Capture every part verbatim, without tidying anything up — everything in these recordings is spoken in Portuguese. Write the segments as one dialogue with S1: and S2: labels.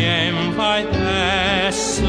S1: quem vai descer.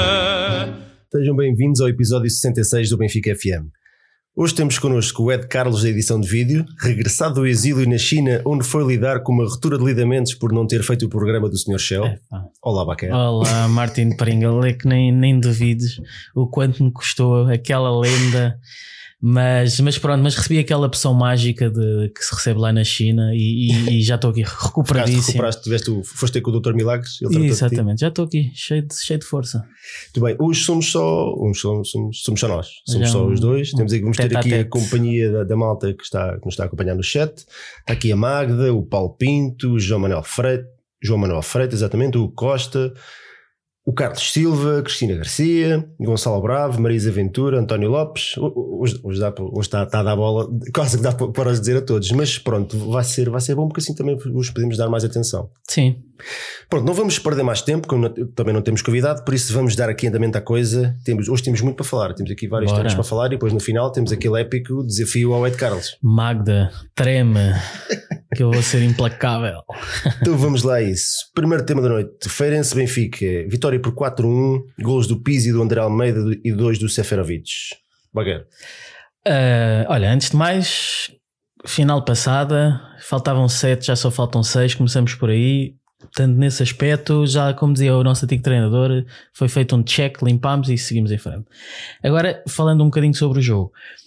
S2: Sejam bem-vindos ao episódio sessenta e seis do Benfica F M. Hoje temos connosco o Ed Carlos da edição de vídeo, regressado do exílio na China, onde foi lidar com uma ruptura de ligamentos por não ter feito o programa do senhor Shell. É, Olá, Baquer.
S3: Olá, Martin Pringle. É que nem, nem duvides o quanto me custou aquela lenda. Mas, mas pronto, mas recebi aquela opção mágica de, que se recebe lá na China e, e, e já estou aqui recuperadíssimo.
S2: Recuperaste, tiveste o, foste ter com o doutor Milagres? Ele
S3: Exatamente, já estou aqui, cheio de, cheio de força.
S2: Muito bem, hoje somos só, somos, somos, somos só nós, somos já só um, os dois. Um, Temos aqui, vamos ter aqui a companhia da, da malta que, está, que nos está a acompanhar no chat. Está aqui a Magda, o Paulo Pinto, o João Manuel Freitas, João Manuel Freitas, exatamente, o Costa, o Carlos Silva, Cristina Garcia, Gonçalo Bravo, Marisa Ventura, António Lopes. Hoje, hoje, dá, hoje está, está a dar bola, quase que dá para os dizer a todos, mas pronto, vai ser, vai ser bom porque assim também os podemos dar mais atenção.
S3: Sim.
S2: Pronto, não vamos perder mais tempo, como também não temos convidado, por isso vamos dar aqui andamento à coisa. Temos, hoje temos muito para falar, temos aqui vários Bora. temas para falar e depois no final temos aquele épico desafio ao Ed Carlos.
S3: Magda, treme, que eu vou ser implacável.
S2: Então vamos lá a isso. Primeiro tema da noite, Feirense Benfica, vitória por quatro a um, golos do Pizzi, do André Almeida e dois do Seferovic. Bagueiro.
S3: Uh, olha, antes de mais, final passada, faltavam sete, já só faltam seis, começamos por aí. Portanto, nesse aspecto, já como dizia o nosso antigo treinador, foi feito um check, limpámos e seguimos em frente. Agora, falando um bocadinho sobre o jogo.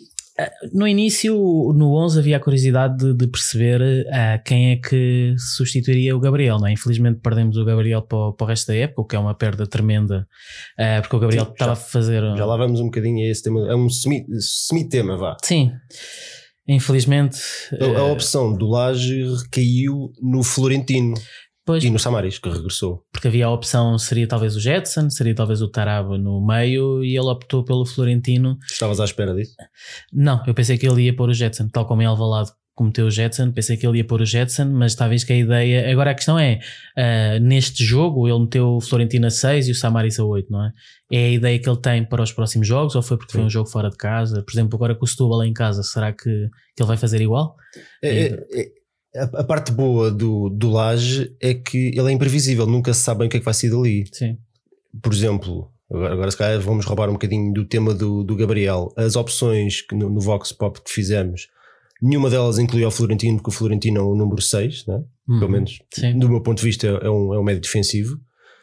S3: No início, no onze, havia a curiosidade de, de perceber uh, quem é que substituiria o Gabriel, não é? Infelizmente perdemos o Gabriel para o, para o resto da época, o que é uma perda tremenda, uh, porque o Gabriel Sim, estava já, a fazer...
S2: Já lá vamos um bocadinho a esse tema, é um semi, semi-tema, vá.
S3: Sim, infelizmente...
S2: A, a opção do Lage recaiu no Florentino. Pois, e no Samaris, que regressou.
S3: Porque havia a opção, seria talvez o Jetson, seria talvez o Tarab no meio, e ele optou pelo Florentino.
S2: Estavas à espera disso?
S3: Não, eu pensei que ele ia pôr o Jetson, tal como em Alvalade cometeu o Jetson, pensei que ele ia pôr o Jetson, mas talvez que a ideia... Agora a questão é, uh, neste jogo ele meteu o Florentino a seis e o Samaris a oito, não é? É a ideia que ele tem para os próximos jogos, ou foi porque Sim. foi um jogo fora de casa? Por exemplo, agora com o Setúbal em casa, será que, que ele vai fazer igual?
S2: É... é, é... A parte boa do, do Lage é que ele é imprevisível, nunca se sabe bem o que é que vai sair dali.
S3: Sim.
S2: Por exemplo, agora, agora se calhar vamos roubar um bocadinho do tema do, do Gabriel. As opções que no, no Vox Pop que fizemos, nenhuma delas incluiu o Florentino, porque o Florentino é o número seis, né? Uhum. Pelo menos Sim. do meu ponto de vista é um, é um médio defensivo.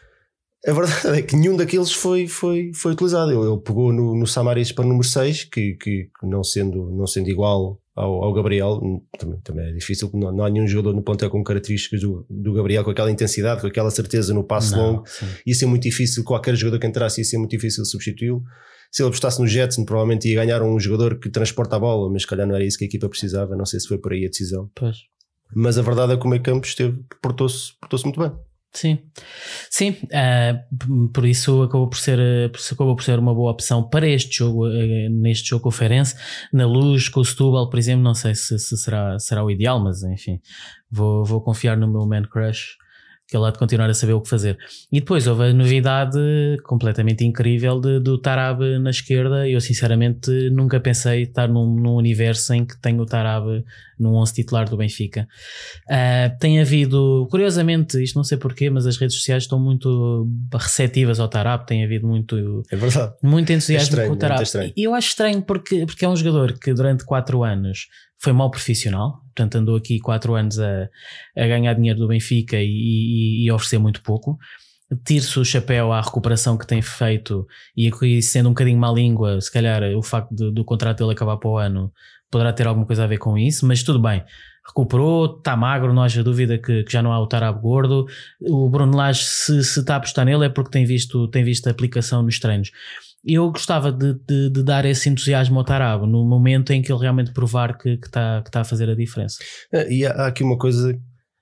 S2: A verdade é que nenhum daqueles foi, foi, foi utilizado. Ele, ele pegou no, no Samaris para o número seis, que, que não, sendo, não sendo igual ao, ao Gabriel, também, também é difícil, não, não há nenhum jogador no plantel com características do, do Gabriel, com aquela intensidade, com aquela certeza no passo não, longo. Sim. Ia ser muito difícil, qualquer jogador que entrasse ia ser muito difícil substituí-lo. Se ele apostasse no Jetson, provavelmente ia ganhar um jogador que transporta a bola, mas se calhar não era isso que a equipa precisava, não sei se foi por aí a decisão.
S3: Pois.
S2: Mas a verdade é que o meio campo esteve, portou-se, portou-se muito bem.
S3: Sim, sim, uh, por isso acabou por ser, acabou por ser uma boa opção para este jogo, uh, neste jogo com o Feirense. Na Luz, com o Setúbal, por exemplo, não sei se, se será, será o ideal, mas enfim, vou, vou confiar no meu man crush, que ele há de continuar a saber o que fazer. E depois houve a novidade completamente incrível de, do Tarab na esquerda. Eu sinceramente nunca pensei estar num, num universo em que tenho o Tarab num onze titular do Benfica. Uh, tem havido, curiosamente, isto não sei porquê, mas as redes sociais estão muito receptivas ao Tarab, tem havido muito,
S2: é verdade.
S3: muito entusiasmo
S2: é estranho,
S3: com o Tarab.
S2: É
S3: e eu acho estranho porque, porque é um jogador que durante quatro anos foi mau profissional, portanto andou aqui quatro anos a, a ganhar dinheiro do Benfica e, e, e oferecer muito pouco. Tire-se o chapéu à recuperação que tem feito e sendo um bocadinho má língua, se calhar o facto de, do contrato dele acabar para o ano poderá ter alguma coisa a ver com isso, mas tudo bem, recuperou, está magro, não haja dúvida que, que já não há o Tarab gordo. O Bruno Lage, se, se está a apostar nele é porque tem visto, tem visto a aplicação nos treinos. Eu gostava de, de, de dar esse entusiasmo ao Tarab no momento em que ele realmente provar que, que, está, que está a fazer a diferença.
S2: E há, há aqui uma coisa.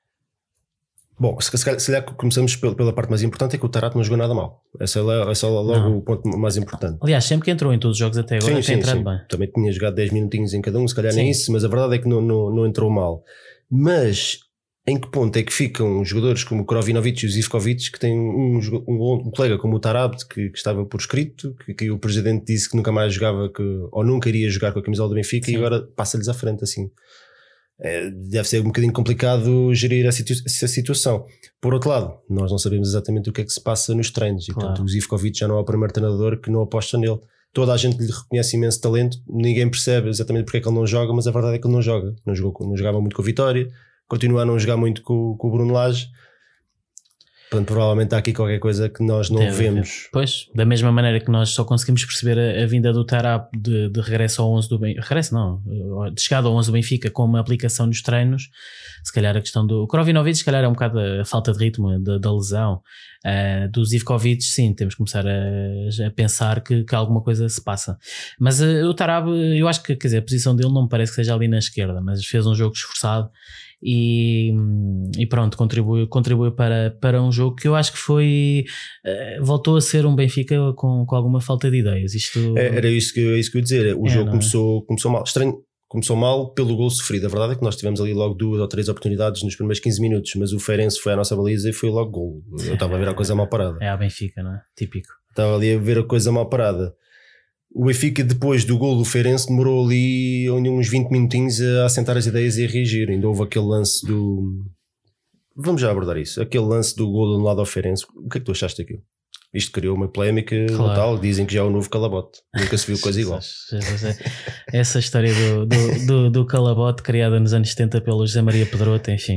S2: Bom, se, se, calhar, se calhar começamos pela, pela parte mais importante, é que o Tarab não jogou nada mal. Esse é, esse é logo não. o ponto mais importante.
S3: Aliás, sempre que entrou em todos os jogos até agora, sim, tem sim, entrado sim. bem.
S2: Também tinha jogado dez minutinhos em cada um, se calhar sim. nem isso, mas a verdade é que não, não, não entrou mal. Mas em que ponto é que ficam jogadores como o Krovinovic e o Zivkovic, que têm um, um, um colega como o Tarab, que, que estava por escrito, que, que o presidente disse que nunca mais jogava, que, ou nunca iria jogar com a camisola do Benfica, sim. e agora passa-lhes à frente assim. é, deve ser um bocadinho complicado gerir essa, situ- essa situação. Por outro lado, nós não sabemos exatamente o que é que se passa nos treinos, e
S3: Claro.
S2: portanto o Zivkovic já não é o primeiro treinador que não aposta nele. Toda a gente lhe reconhece imenso talento, ninguém percebe exatamente porque é que ele não joga, mas a verdade é que ele não joga. Não, jogou, não jogava muito com a Vitória, continua a não jogar muito com, com o Bruno Lage. Portanto, provavelmente há aqui qualquer coisa que nós não
S3: Deve haver.
S2: vemos.
S3: Pois, da mesma maneira que nós só conseguimos perceber a, a vinda do Tarap de, de regresso ao onze do Benfica, regresso não, de chegada ao onze do Benfica com uma aplicação nos treinos, se calhar a questão do Krovinovic, se calhar é um bocado a falta de ritmo da, da lesão, uh, do Zivkovic, sim, temos que começar a, a pensar que, que alguma coisa se passa. Mas uh, o Tarap, eu acho que, quer dizer, a posição dele não me parece que seja ali na esquerda, mas fez um jogo esforçado. E, e pronto, contribuiu, contribuiu para, para um jogo que eu acho que foi uh, voltou a ser um Benfica com, com alguma falta de ideias. Isto...
S2: É, era isso que, é isso que eu ia dizer. O
S3: É,
S2: jogo
S3: não é?
S2: começou, começou mal. Estranho, começou mal pelo gol sofrido. A verdade é que nós tivemos ali logo duas ou três oportunidades nos primeiros quinze minutos, mas o Feirense foi à nossa baliza e foi logo gol. Eu estava a ver a coisa mal parada.
S3: É a Benfica, não é? Típico.
S2: Estava ali a ver a coisa mal parada. O Benfica, depois do gol do Feirense, demorou ali uns vinte minutinhos a assentar as ideias e a reagir. Ainda houve aquele lance do... Vamos já abordar isso. Aquele lance do gol do lado ao Feirense. O que é que tu achaste daquilo? Isto criou uma polémica
S3: Claro.
S2: total. Dizem que já é o novo Calabote. Nunca se viu coisa igual.
S3: Essa história do, do, do, do Calabote criada nos anos setenta pelo José Maria Pedroto, enfim.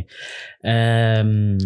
S3: Um,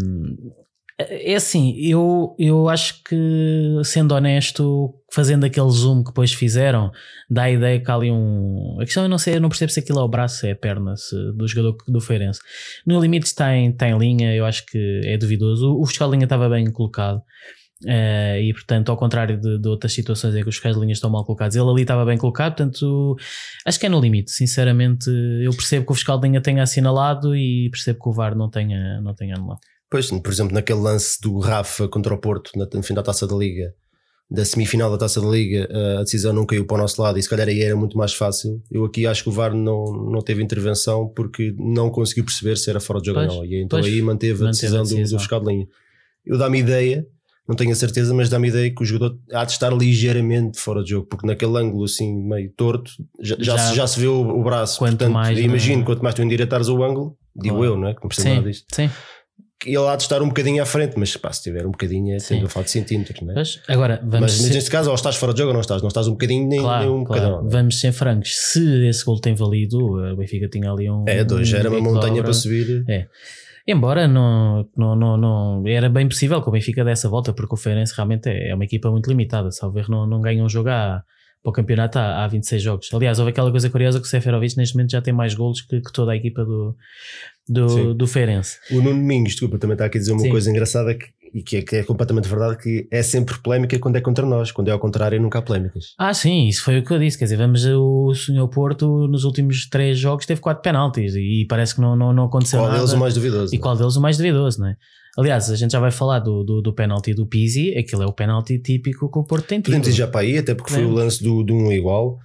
S3: é assim, eu, eu acho que, sendo honesto, fazendo aquele zoom que depois fizeram, dá a ideia que há ali um... A questão eu não sei, eu não percebo se aquilo é o braço, se é a perna se, do jogador do Feirense. No limite está em, está em linha, eu acho que é duvidoso. O, o fiscal de linha estava bem colocado. Uh, e portanto, ao contrário de, de outras situações em que os fiscais de linha estão mal colocados, ele ali estava bem colocado, portanto acho que é no limite. Sinceramente, eu percebo que o fiscal de linha tenha assinalado e percebo que o V A R não tenha, não tenha anulado.
S2: Pois, por exemplo, naquele lance do Rafa contra o Porto na, no fim da Taça da Liga, da semifinal da Taça da Liga, a decisão não caiu para o nosso lado e se calhar aí era muito mais fácil. Eu aqui acho que o V A R não, não teve intervenção porque não conseguiu perceber se era fora de jogo ou não, e então
S3: pois,
S2: aí manteve a
S3: manteve
S2: decisão,
S3: a decisão.
S2: Do, do fiscal de linha. Eu dá-me ideia, não tenho a certeza, mas dá-me ideia que o jogador há de estar ligeiramente fora de jogo, porque naquele ângulo assim meio torto já, já,
S3: Já-
S2: se, já se vê o, o braço.
S3: Quanto
S2: Portanto,
S3: mais,
S2: imagino,
S3: não é?
S2: quanto mais tu endireitares o ângulo, digo
S3: Claro.
S2: eu, não é? Que não percebo
S3: Sim,
S2: nada disto.
S3: sim.
S2: Ele há de estar um bocadinho à frente, mas pá, se tiver um bocadinho, é
S3: Sim.
S2: tendo a falar de centímetros, não é?
S3: Pois, agora, vamos
S2: Mas,
S3: ser-
S2: mas neste caso, ou estás fora de jogo ou não estás, não estás um bocadinho nem,
S3: claro,
S2: nem um
S3: claro.
S2: bocadão. não é?
S3: Vamos ser francos. Se esse gol tem valido, o Benfica tinha ali um.
S2: É, dois,
S3: um
S2: era uma
S3: bico de
S2: montanha
S3: obra.
S2: para subir.
S3: É. Embora não, não, não, não era bem possível que o Benfica desse a volta, porque o Feirense realmente é, é uma equipa muito limitada. Salvo não, não ganha um jogo há, para o campeonato há, há vinte e seis jogos. Aliás, houve aquela coisa curiosa que o Seferovic neste momento já tem mais golos que, que toda a equipa do, do, do Feirense.
S2: O Nuno Domingos, desculpa, também está aqui a dizer uma
S3: Sim.
S2: coisa engraçada que, e que é, que é completamente verdade, que é sempre polémica quando é contra nós, quando é ao contrário nunca há polémicas.
S3: Ah, sim, isso foi o que eu disse. Quer dizer, vamos, o senhor Porto nos últimos três jogos teve quatro penaltis e parece que não, não, não aconteceu
S2: Qual
S3: nada.
S2: deles o mais duvidoso?
S3: E qual deles o mais duvidoso, não é? Aliás, a gente já vai falar do, do, do penalti do Pizzi, aquilo é o penalti típico que o Porto tem tido.
S2: Podemos ir já para aí, até porque foi o
S3: Podemos.
S2: lance do, do um igual.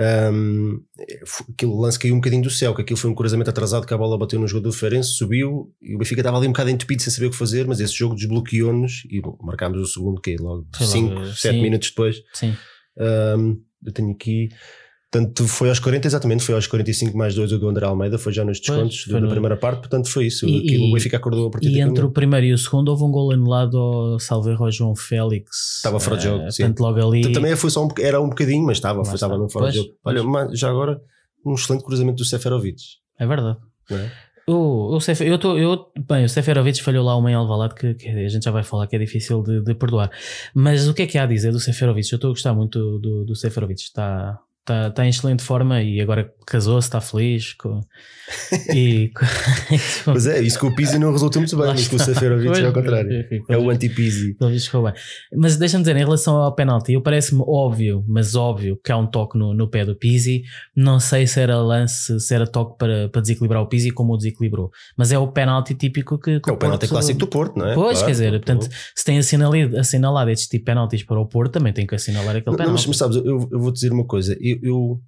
S2: Um, aquele lance caiu um bocadinho do céu, que aquilo foi um cruzamento atrasado que a bola bateu no jogador do Feirense, subiu e o Benfica estava ali um bocado entupido sem saber o que fazer, mas esse jogo desbloqueou-nos e bom, marcámos o segundo que é logo
S3: Foi logo,
S2: cinco, sete
S3: sim.
S2: minutos depois.
S3: Sim.
S2: Um, eu tenho aqui, portanto foi aos quarenta, exatamente, foi aos quarenta e cinco mais dois o do André Almeida, foi já nos descontos
S3: foi
S2: da
S3: no-
S2: primeira parte, portanto foi isso.
S3: E-
S2: Aquilo,
S3: e-
S2: o Benfica acordou a partir
S3: E
S2: daquele
S3: entre o
S2: momento.
S3: primeiro e o segundo houve um gol anulado ao salvo erro ao João Félix.
S2: Estava fora de jogo,
S3: Eh,
S2: sim.
S3: Portanto, logo ali.
S2: Também foi só um, boc- era um bocadinho, mas estava,
S3: Lá
S2: foi,
S3: está.
S2: estava no fora
S3: Pois,
S2: de jogo. Olha, mas já agora um excelente cruzamento do Seferovic,
S3: É verdade.
S2: não é?
S3: O, o Sef, eu tô, eu, bem, o Seferovic falhou lá uma em Alvalade que, que a gente já vai falar que é difícil de, de perdoar. Mas o que é que há a dizer do Seferovic? Eu estou a gostar muito do, do Seferovic. Está, está, está em excelente forma e agora casou-se, está feliz. Com, e, com,
S2: Mas é, isso com o Pizzi não resulta muito bem,
S3: Lá
S2: mas com o
S3: está.
S2: Seferovic é ao
S3: Pois,
S2: contrário.
S3: enfim,
S2: É o anti-Pizzi.
S3: Pelo visto ficou bem. Mas deixa-me dizer, em relação ao penalti, eu parece-me óbvio, mas óbvio que há um toque no, no pé do Pizzi. Não sei se era lance, se era toque para, para desequilibrar o Pizzi, como o desequilibrou. Mas é o penalti típico que, que
S2: É o penalti
S3: Porto-
S2: clássico do Porto, não é?
S3: Pois,
S2: Claro,
S3: quer dizer,
S2: Porto.
S3: portanto, se tem assinalado, assinalado este tipo de penaltis para o Porto, também tem que assinalar aquele
S2: Não, mas,
S3: penalti.
S2: mas sabes, eu, eu vou te dizer uma coisa. Eu, eu-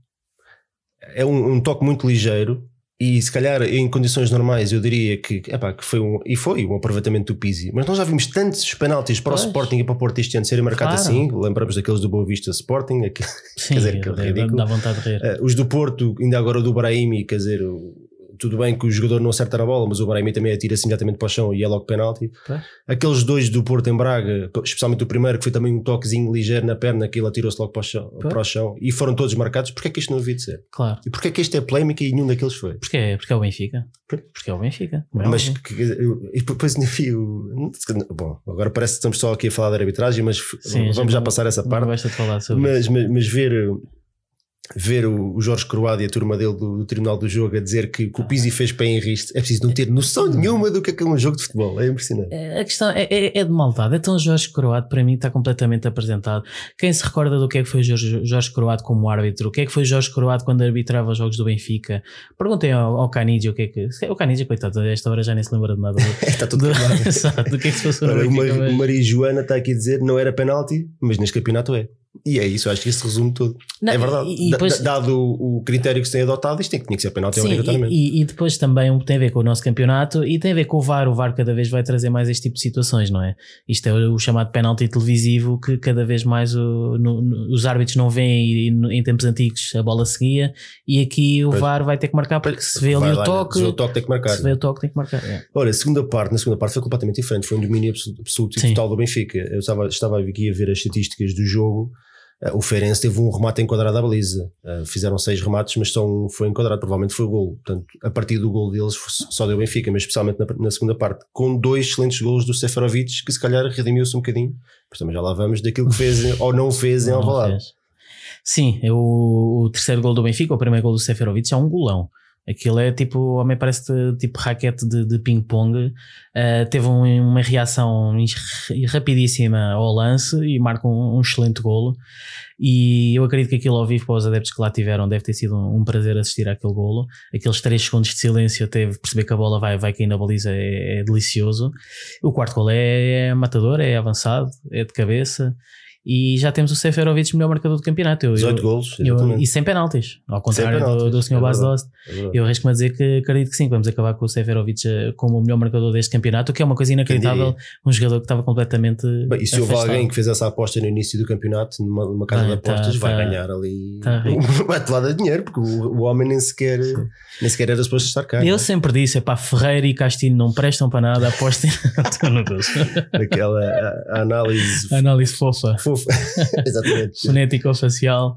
S2: é um, um toque muito ligeiro e se calhar em condições normais eu diria que, epá, que foi um, e foi um aproveitamento do Pizzi, mas nós já vimos tantos penaltis para
S3: Pois.
S2: o Sporting e para o Porto este ano serem marcados
S3: Claro.
S2: assim. Lembramos daqueles do Boa Vista Sporting, aquele,
S3: Sim,
S2: quer dizer, aquele
S3: dá-
S2: ridículo.
S3: dá vontade de rir.
S2: Uh, os do Porto, ainda agora o do Brahimi, quer dizer, o- tudo bem que o jogador não acerta a bola, mas o Brahimi também atira assim imediatamente para o chão e é logo penalti. É. Aqueles dois do Porto em Braga, especialmente o primeiro, que foi também um toquezinho ligeiro na perna, que ele atirou-se logo para o chão, para o chão e foram todos marcados. Porquê é que isto não devia de ser?
S3: Claro.
S2: E porquê é que isto é polémica e nenhum daqueles foi?
S3: Porque é, porque é o Benfica. Porque é o Benfica. É
S2: mas que, e depois ainda vi o... Bom, agora parece que estamos só aqui a falar da arbitragem, mas sim, vamos já não, passar essa parte.
S3: Não falar sobre
S2: mas, mas, mas ver... ver o Jorge Croado e a turma dele do, do Tribunal do Jogo a dizer que, que o Pizzi fez pé em riste, é preciso não ter noção nenhuma do que é, que é um jogo de futebol, é impressionante.
S3: A questão é, é, é de maldade. Então o Jorge Croado para mim está completamente apresentado. Quem se recorda do que é que foi o Jorge, Jorge Croado como árbitro? O que é que foi o Jorge Croado quando arbitrava os jogos do Benfica? Perguntem ao, ao Canidio o que é que... O Canidio, coitado, a esta hora já nem se lembra de nada. Do,
S2: está tudo do,
S3: exato, do que é que se passou no Benfica.
S2: Mar, Maria Joana está aqui a dizer não era penalti, mas neste campeonato é. E é isso, acho que isso resume tudo. Não, é verdade. E, e depois, dado o, o critério que se tem adotado, isto tem, tinha que ser penalti obrigatoriamente.
S3: E, e depois também tem a ver com o nosso campeonato e tem a ver com o V A R. O V A R cada vez vai trazer mais este tipo de situações, não é? Isto é o chamado penalti televisivo, que cada vez mais o, no, no, os árbitros não veem e no, em tempos antigos a bola seguia e aqui o pois, V A R vai ter que marcar porque se vê ali o toque,
S2: se vê o toque tem que marcar.
S3: Se vê o toque tem que marcar. É.
S2: Olha, a segunda parte, na segunda parte foi completamente diferente, foi um domínio absoluto e total do Benfica. Eu estava, estava aqui a ver as estatísticas do jogo. Uh, o Feirense teve um remate enquadrado à baliza, uh, fizeram seis remates, mas só um foi enquadrado, provavelmente foi o golo. Portanto, a partir do golo deles só deu Benfica, mas especialmente na, na segunda parte, com dois excelentes golos do Seferovic, que se calhar redimiu-se um bocadinho, mas também já lá vamos daquilo que fez ou não fez em Alvalade.
S3: Sim, é o, o terceiro golo do Benfica, o primeiro golo do Seferovic é um golão. Aquilo é tipo, o homem parece tipo raquete de, de ping-pong. Uh, teve um, uma reação rapidíssima ao lance e marca um, um excelente golo. E eu acredito que aquilo ao vivo para os adeptos que lá tiveram deve ter sido um, um prazer assistir àquele golo. Aqueles três segundos de silêncio até perceber que a bola vai, vai cair na baliza é, é delicioso. O quarto golo é, é matador, é avançado, é de cabeça. E já temos o Seferovic melhor marcador do campeonato. Eu,
S2: dezoito golos,
S3: e sem penaltis, ao contrário penaltis, do, do senhor é Bas Dost. É eu arrisco-me a dizer que acredito que sim, vamos acabar com o Seferovic como o melhor marcador deste campeonato, o que é uma coisa inacreditável. Um jogador que estava completamente.
S2: Bem, e se houve alguém que fez essa aposta no início do campeonato, numa, numa casa Bem, de apostas, tá, vai tá, ganhar ali tá uma atelada de dinheiro, porque o, o homem nem sequer, nem sequer era suposto estar cá.
S3: Eu sempre disse: é pá, Ferreira e Castilho não prestam para nada, apostem no gosto.
S2: Aquela a, a análise,
S3: a análise fofa.
S2: fofa. Exatamente.
S3: Fonético-facial.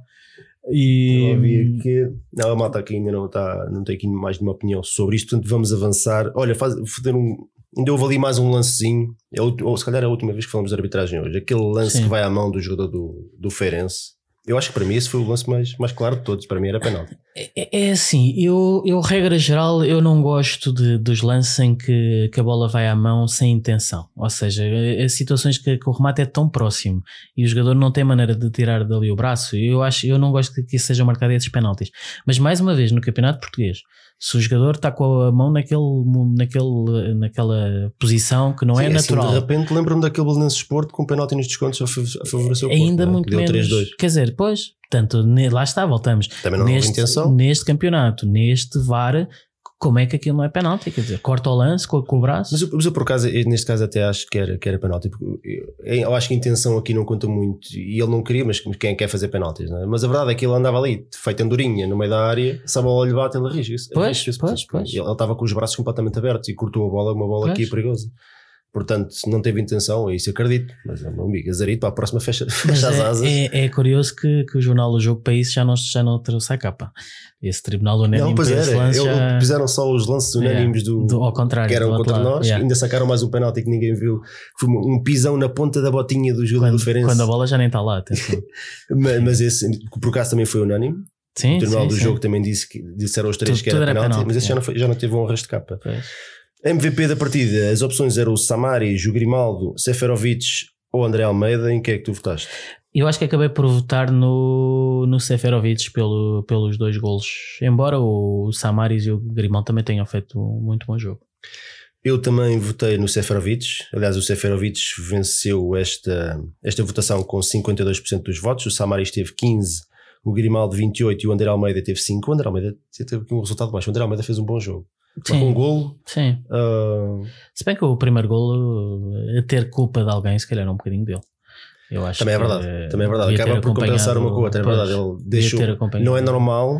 S3: E
S2: eu que não, a malta aqui ainda não está, não tem aqui mais nenhuma opinião sobre isto, portanto vamos avançar. Olha, faz, fazer um, ainda houve ali mais um lancezinho, ou se calhar é a última vez que falamos de arbitragem hoje, aquele lance Sim. que vai à mão do jogador do, do Feirense. Eu acho que para mim esse foi o lance mais, mais claro de todos. Para mim era penalti.
S3: É, é assim, eu, eu regra geral eu não gosto de, dos lances em que, que a bola vai à mão sem intenção. Ou seja, as situações que, que o remate é tão próximo e o jogador não tem maneira de tirar dali o braço. Eu, acho, eu não gosto que isso seja marcado esses penaltis. Mas mais uma vez, no campeonato português, se o jogador está com a mão naquele, naquele, naquela posição que não Sim, é natural.
S2: Assim, de repente lembro-me daquele Belenenses Sport com um penalti nos descontos a favorecer o Porto.
S3: Ainda muito
S2: Deu
S3: menos.
S2: três dois.
S3: Quer dizer, pois, portanto, lá está, voltamos.
S2: Também não
S3: neste,
S2: houve intenção.
S3: Neste campeonato, neste V A R, como é que aquilo não é penalti? Quer dizer, corta o lance com, com o braço.
S2: Mas eu, mas eu por acaso, neste caso até acho que era, que era penalti. Eu, eu acho que a intenção aqui não conta muito. E ele não queria, mas quem quer fazer penaltis, não é? Mas a verdade é que ele andava ali, feito andorinha, no meio da área, se a bola lhe bate, ele arrisca-se.
S3: Pois,
S2: arrisca-se,
S3: pois, pois.
S2: Ele, ele estava com os braços completamente abertos e cortou a bola, uma bola pois. aqui perigosa. Portanto, não teve intenção, é isso acredito. Mas é meu amigo, azarito, para a próxima fecha, fecha as asas.
S3: É, é curioso que, que o jornal do Jogo para isso já não, já não trouxe a capa. Esse tribunal unânime.
S2: Não, pois era, já... fizeram só os lances unânimes yeah, do,
S3: do ao contrário,
S2: que eram contra
S3: lado,
S2: nós,
S3: yeah.
S2: ainda sacaram mais um penalti que ninguém viu, que foi um pisão na ponta da botinha do jogador do Feirense.
S3: Quando a bola já nem está lá.
S2: mas, mas esse, por acaso também foi unânime.
S3: Sim,
S2: o tribunal
S3: sim,
S2: do
S3: sim.
S2: jogo também disse que disseram os três
S3: tudo,
S2: que era,
S3: era
S2: penalti,
S3: penalti,
S2: mas esse
S3: yeah.
S2: já, não foi, já não teve um resto de capa.
S3: Pois.
S2: M V P da partida, as opções eram o Samaris, o Grimaldo, Seferovic ou André Almeida. Em que é que tu votaste?
S3: Eu acho que acabei por votar no, no Seferovic pelo, pelos dois golos, embora o Samaris e o Grimaldo também tenham feito um muito bom jogo.
S2: Eu também votei no Seferovic. Aliás, o Seferovic venceu esta, esta votação com cinquenta e dois por cento dos votos, o Samaris teve quinze por cento, o Grimaldo vinte e oito por cento e o André Almeida teve cinco por cento. O André Almeida teve aqui um resultado baixo. O André Almeida fez um bom jogo.
S3: Sim,
S2: com um golo.
S3: Sim.
S2: Uh...
S3: Se bem que o primeiro golo, a ter culpa de alguém, se calhar é um bocadinho dele. Eu acho
S2: também é verdade.
S3: Que,
S2: também é verdade. Acaba por compensar uma com a outra. É verdade. Ele deixou. Não é normal,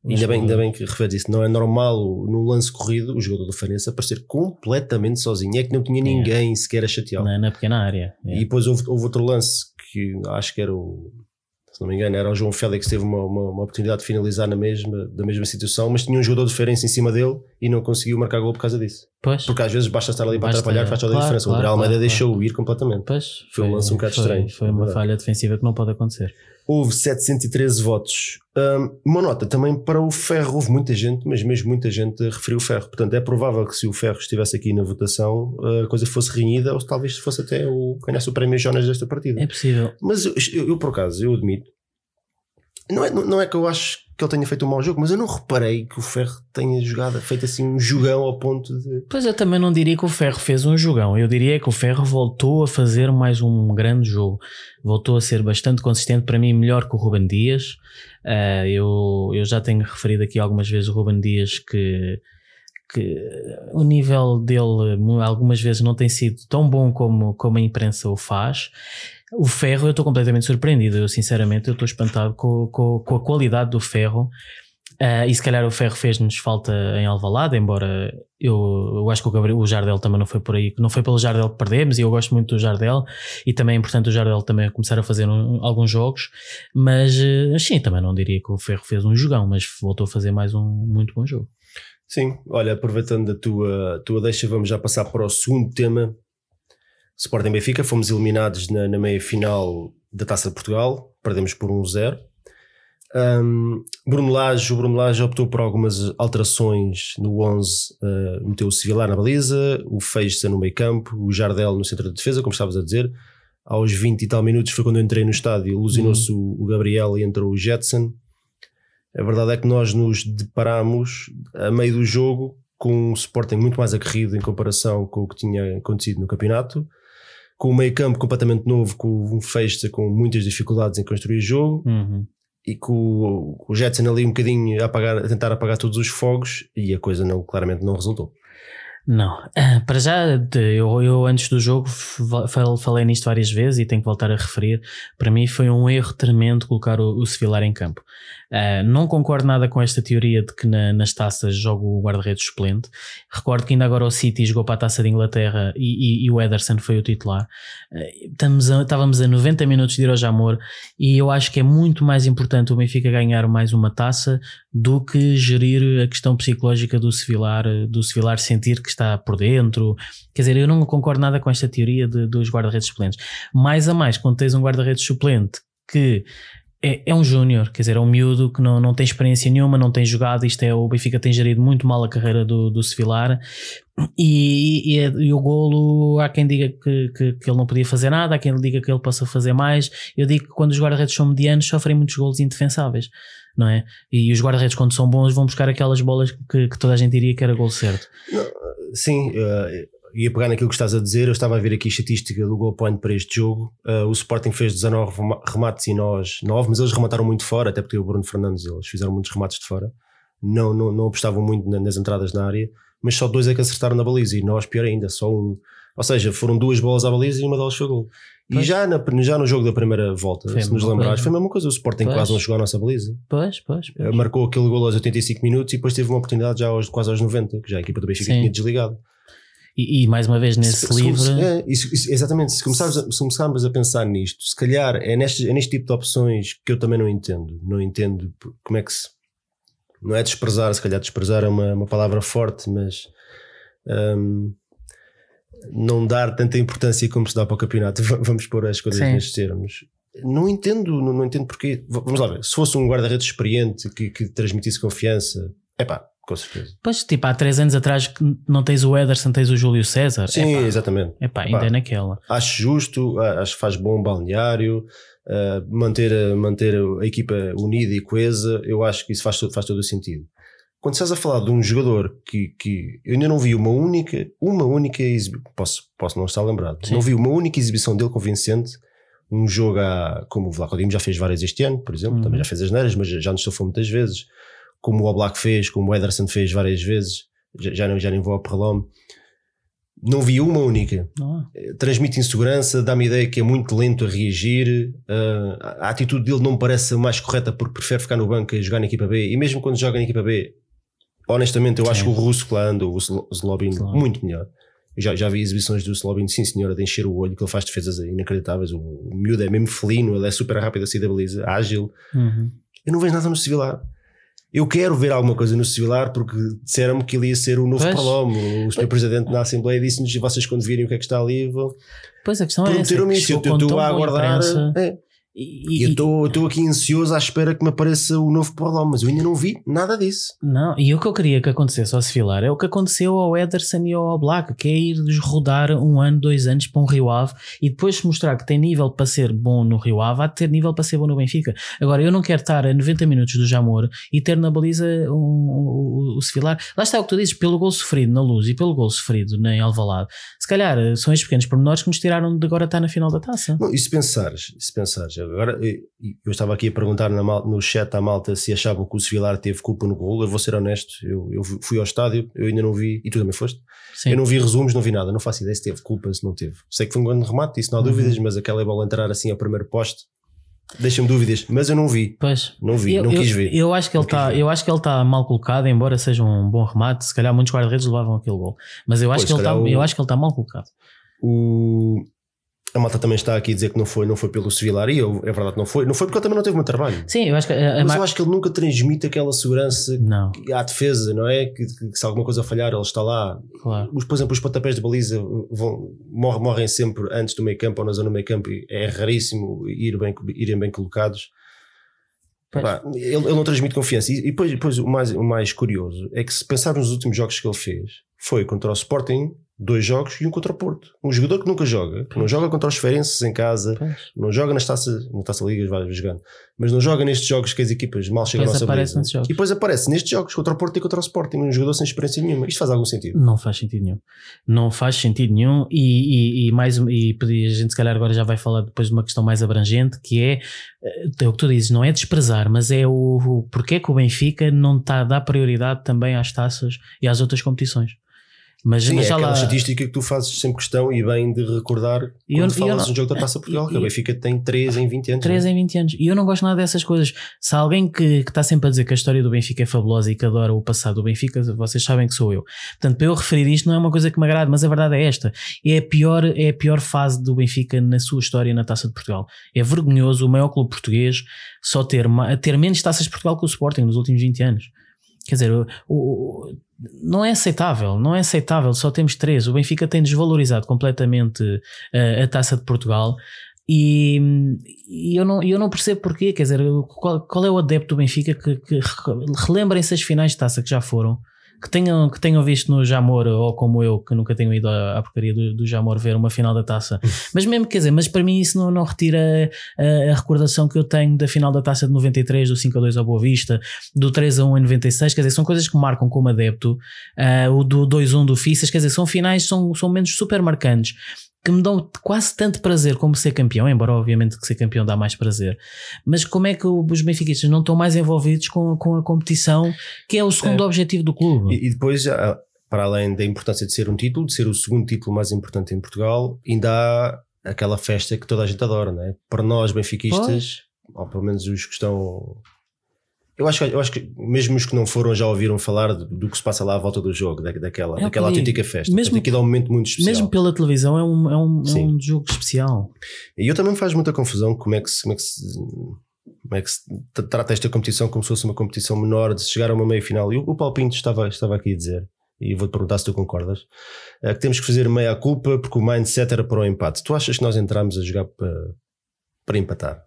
S2: Ainda bem, ainda bem que referes isso. Não é normal no lance corrido o jogador do Farense aparecer completamente sozinho. É que não tinha ninguém é. sequer a chatear.
S3: Na, na pequena área. É.
S2: E depois houve, houve outro lance que acho que era o, se não me engano, era o João Félix que teve uma, uma, uma oportunidade de finalizar na mesma, da mesma situação, mas tinha um jogador do Farense em cima dele e não conseguiu marcar gol por causa disso. Pois. Porque às vezes basta estar ali para basta, atrapalhar que faz toda a claro, diferença. Claro, o André Almeida claro, deixou claro. ir completamente.
S3: Pois,
S2: foi, foi um lance um bocado
S3: foi,
S2: estranho.
S3: Foi uma falha defensiva que não pode acontecer.
S2: Houve setecentos e treze votos. Um, uma nota também para o Ferro. Houve muita gente, mas mesmo muita gente referiu o Ferro. Portanto, é provável que se o Ferro estivesse aqui na votação, a coisa fosse renhida ou talvez fosse até o ganhasse o prémio Jonas desta partida.
S3: É possível.
S2: Mas eu, eu, eu por acaso, eu admito, não é, não é que eu acho que ele tenha feito um mau jogo, mas eu não reparei que o Ferro tenha jogado, feito assim um jogão ao ponto de...
S3: Pois eu também não diria que o Ferro fez um jogão, eu diria que o Ferro voltou a fazer mais um grande jogo, voltou a ser bastante consistente, para mim melhor que o Ruben Dias. Uh, eu, eu já tenho referido aqui algumas vezes o Ruben Dias que, que o nível dele algumas vezes não tem sido tão bom como, como a imprensa o faz. O Ferro eu estou completamente surpreendido, eu sinceramente eu estou espantado com, com, com a qualidade do Ferro, uh, e se calhar o Ferro fez-nos falta em Alvalade, embora eu, eu acho que o, Gabriel, o Jardel também não foi por aí, não foi pelo Jardel que perdemos, e eu gosto muito do Jardel, e também é importante o Jardel também começar a fazer um, alguns jogos, mas uh, sim, também não diria que o Ferro fez um jogão, mas voltou a fazer mais um muito bom jogo.
S2: Sim, olha, aproveitando a tua, tua deixa, vamos já passar para o segundo tema. Sporting Benfica, fomos eliminados na, na meia-final da Taça de Portugal, perdemos por um zero. Um, Bruno Lage, o Bruno Lage optou por algumas alterações no onze, uh, meteu o Sevilar na baliza, o Feixa no meio campo, o Jardel no centro de defesa, como estavas a dizer. Aos vinte e tal minutos foi quando eu entrei no estádio, alucinou-se uhum. o, o Gabriel e entrou o Jetson. A verdade é que nós nos deparamos a meio do jogo com um Sporting muito mais aguerrido em comparação com o que tinha acontecido no campeonato, com o meio campo completamente novo, com um Feixa com muitas dificuldades em construir jogo,
S3: uhum.
S2: e com o, com o Jetson ali um bocadinho a, apagar, a tentar apagar todos os fogos, e a coisa não, claramente não resultou.
S3: Não, para já eu, eu antes do jogo falei nisto várias vezes e tenho que voltar a referir. Para mim foi um erro tremendo colocar o, o Sevilar em campo. Uh, não concordo nada com esta teoria de que na, nas taças joga o guarda-redes suplente. Recordo que ainda agora o City jogou para a Taça de Inglaterra e, e, e o Ederson foi o titular. Uh, estamos a, estávamos a noventa minutos de ir ao Jamor, e eu acho que é muito mais importante o Benfica ganhar mais uma taça do que gerir a questão psicológica do Sevilar, do Sevilar sentir que está por dentro. Quer dizer, eu não concordo nada com esta teoria de, dos guarda-redes suplentes. Mais a mais, quando tens um guarda-redes suplente que é, é um júnior, quer dizer, é um miúdo que não, não tem experiência nenhuma, não tem jogado, isto é, o Benfica tem gerido muito mal a carreira do, do Sevilar, e, e, e o golo, há quem diga que, que, que ele não podia fazer nada, há quem diga que ele possa fazer mais. Eu digo que quando os guarda-redes são medianos sofrem muitos golos indefensáveis, não é? E os guarda-redes, quando são bons, vão buscar aquelas bolas que, que toda a gente diria que era gol certo.
S2: Não, sim, uh, ia pegar naquilo que estás a dizer. Eu estava a ver aqui a estatística do goal point para este jogo. Uh, o Sporting fez dezanove remates e nós nove, mas eles remataram muito fora, até porque o Bruno Fernandes, eles fizeram muitos remates de fora, não, não, não apostavam muito nas entradas na área, mas só dois é que acertaram na baliza, e nós pior ainda, só um. Ou seja, foram duas bolas à baliza e uma delas foi gol. E já, na, já no jogo da primeira volta, foi se nos lembrares, foi a mesma coisa. O Sporting pois. quase não chegou à nossa baliza.
S3: Pois, pois, pois.
S2: Marcou aquele gol aos oitenta e cinco minutos e depois teve uma oportunidade já aos, quase aos noventa, que já a equipa do Benfica tinha desligado.
S3: E, e mais uma vez nesse se, livro...
S2: Se, é, isso, isso, exatamente, se começarmos, a, se começarmos a pensar nisto, se calhar é neste, é neste tipo de opções que eu também não entendo. Não entendo como é que se... Não é desprezar, se calhar desprezar é uma, uma palavra forte, mas... Um, não dar tanta importância como se dá para o campeonato. Vamos pôr as coisas Sim. nestes termos. Não entendo, não, não entendo porque. Vamos lá ver, se fosse um guarda-redes experiente que, que transmitisse confiança, é pá, com certeza.
S3: Pois, tipo, há três anos atrás que não tens o Ederson, tens o Júlio César.
S2: Sim,
S3: epá,
S2: exatamente.
S3: Epá, ainda epá, é naquela.
S2: Acho justo, acho que faz bom balneário, uh, manter, manter a equipa unida e coesa. Eu acho que isso faz, faz todo o sentido. Quando estás a falar de um jogador que, que eu ainda não vi uma única, uma única exibição, posso, posso não estar lembrado, Sim. não vi uma única exibição dele convincente, um jogo a, como o Vlaco Dimos já fez várias este ano, por exemplo, uhum. também já fez as neiras, mas já nos estofou muitas vezes, como o Oblak fez, como o Ederson fez várias vezes, já, já, não, já nem vou ao Prelome. Não vi uma única.
S3: Não.
S2: Transmite insegurança, dá-me a ideia que é muito lento a reagir. Uh, a atitude dele não me parece a mais correta porque prefere ficar no banco e jogar na equipa B. E mesmo quando joga na equipa B, honestamente, eu sim. acho que o russo que lá anda, o Zlobin, claro. muito melhor. Eu já, já vi exibições do Zlobin, sim senhora, de encher o olho, que ele faz defesas inacreditáveis. O, o miúdo é mesmo felino, ele é super rápido a sair da baliza, ágil.
S3: Uhum.
S2: Eu não vejo nada no Civilar. Eu quero ver alguma coisa no Civilar porque disseram-me que ele ia ser o novo Prolomo. O senhor Presidente na Assembleia disse-nos: vocês quando virem o que é que está ali vão...
S3: Pois a questão é essa,
S2: eu estou a aguardar é. E, e eu estou aqui ansioso à espera que me apareça o novo Prolomo, mas eu ainda não vi nada disso.
S3: Não, e o que eu queria que acontecesse ao Civilar é o que aconteceu ao Ederson e ao Black, que é ir-lhes rodar um ano, dois anos para um Rio Ave e depois mostrar que tem nível para ser bom no Rio Ave, há de ter nível para ser bom no Benfica. Agora, eu não quero estar a noventa minutos do Jamor e ter na baliza um, um, o Civilar. Lá está o que tu dizes, pelo gol sofrido na Luz e pelo gol sofrido em Alvalade. Se calhar são estes pequenos pormenores que nos tiraram de agora estar na final da taça.
S2: Não, e se pensares, se pensares agora, eu estava aqui a perguntar na malta, no chat à malta se achavam que o Civilar teve culpa no gol. Eu vou ser honesto, eu, eu fui ao estádio, eu ainda não vi, e tu também foste? Sim. Eu não vi resumos, não vi nada, não faço ideia se teve culpa, se não teve. Sei que foi um grande remate, isso não há uhum. dúvidas, mas aquela bola entrar assim ao primeiro poste deixa-me dúvidas, mas eu não vi.
S3: Pois,
S2: não vi,
S3: eu,
S2: não
S3: eu,
S2: quis ver.
S3: Eu acho que ele está, eu acho que ele está mal colocado, embora seja um bom remate. Se calhar muitos guarda-redes levavam aquele gol, mas eu acho pois, que ele está, o... eu acho que ele está mal colocado.
S2: O A malta também está aqui a dizer que não foi, não foi pelo Civilar, e eu, é verdade que não foi, não foi porque ele também não teve muito trabalho.
S3: Sim, eu acho que a, a
S2: mas
S3: Mar...
S2: eu acho que ele nunca transmite aquela segurança não. à defesa, não é? Que, que, que se alguma coisa falhar, ele está lá.
S3: Claro.
S2: Os, por exemplo, os pontapés de baliza vão, morrem, morrem sempre antes do meio campo ou na zona do meio campo, e é raríssimo ir bem, irem bem colocados. Bah, ele, ele não transmite confiança. E, e depois, depois o, mais, o mais curioso é que, se pensar nos últimos jogos que ele fez, foi contra o Sporting, dois jogos e um contra o Porto. Um jogador que nunca joga, que não joga contra os Feirenses em casa, pois. não joga nas taças, na Taça Liga, vai jogando, mas não joga nestes jogos que as equipas mal chegam à nossa baliza. E depois aparece nestes jogos contra o Porto e contra o Sporting, um jogador sem experiência nenhuma. Isto faz algum sentido?
S3: Não faz sentido nenhum. Não faz sentido nenhum. E, e, e mais e a gente se calhar agora já vai falar depois de uma questão mais abrangente, que é, é o que tu dizes, não é desprezar, mas é o, o porquê que o Benfica não está a dar prioridade também às taças e às outras competições. Mas,
S2: Sim,
S3: mas
S2: é aquela
S3: lá...
S2: estatística que tu fazes sempre questão e bem de recordar quando eu, falas de um jogo da Taça Portugal, que o Benfica tem três em vinte anos.
S3: três em vinte anos. E eu não gosto nada dessas coisas. Se há alguém que, que está sempre a dizer que a história do Benfica é fabulosa e que adora o passado do Benfica, vocês sabem que sou eu. Portanto, para eu referir isto não é uma coisa que me agrade, mas a verdade é esta. É a pior, é a pior fase do Benfica na sua história na Taça de Portugal. É vergonhoso o maior clube português só ter, ter menos Taças de Portugal que o Sporting nos últimos vinte anos. Quer dizer, o, o, não é aceitável, não é aceitável, só temos três. O Benfica tem desvalorizado completamente a, a Taça de Portugal e, e eu, não, eu não percebo porquê. Quer dizer, qual, qual é o adepto do Benfica que, que relembrem-se as finais de taça que já foram, que tenham, que tenham visto no Jamor, ou como eu, que nunca tenho ido à, à porcaria do, do Jamor ver uma final da taça. Mas mesmo, quer dizer, mas para mim isso não, não retira a, a recordação que eu tenho da final da taça de noventa e três, do cinco a dois ao Boa Vista, do três a um em noventa e seis. Quer dizer, são coisas que marcam como adepto, uh, o do dois a um do Fissas. Quer dizer, são finais, são, são momentos super marcantes, que me dão quase tanto prazer como ser campeão, embora obviamente que ser campeão dá mais prazer. Mas como é que os benfiquistas não estão mais envolvidos com, com a competição, que é o segundo é. objetivo do clube?
S2: E, e depois, para além da importância de ser um título, de ser o segundo título mais importante em Portugal, ainda há aquela festa que toda a gente adora, não é? Para nós benfiquistas, oh. ou pelo menos os que estão... Eu acho, eu acho que mesmo os que não foram já ouviram falar do, do que se passa lá à volta do jogo, da, daquela, é daquela autêntica festa. Mesmo, aquilo é um momento muito especial.
S3: Mesmo pela televisão é um, é um, é um jogo especial.
S2: E eu também me faz muita confusão como é que se, como é que se, como é que se trata esta competição como se fosse uma competição menor, de chegar a uma meia final. E o, o Paulo Pinto estava, estava aqui a dizer, e vou-te perguntar se tu concordas, é que temos que fazer meia culpa porque o mindset era para o empate. Tu achas que nós entramos a jogar para, para empatar?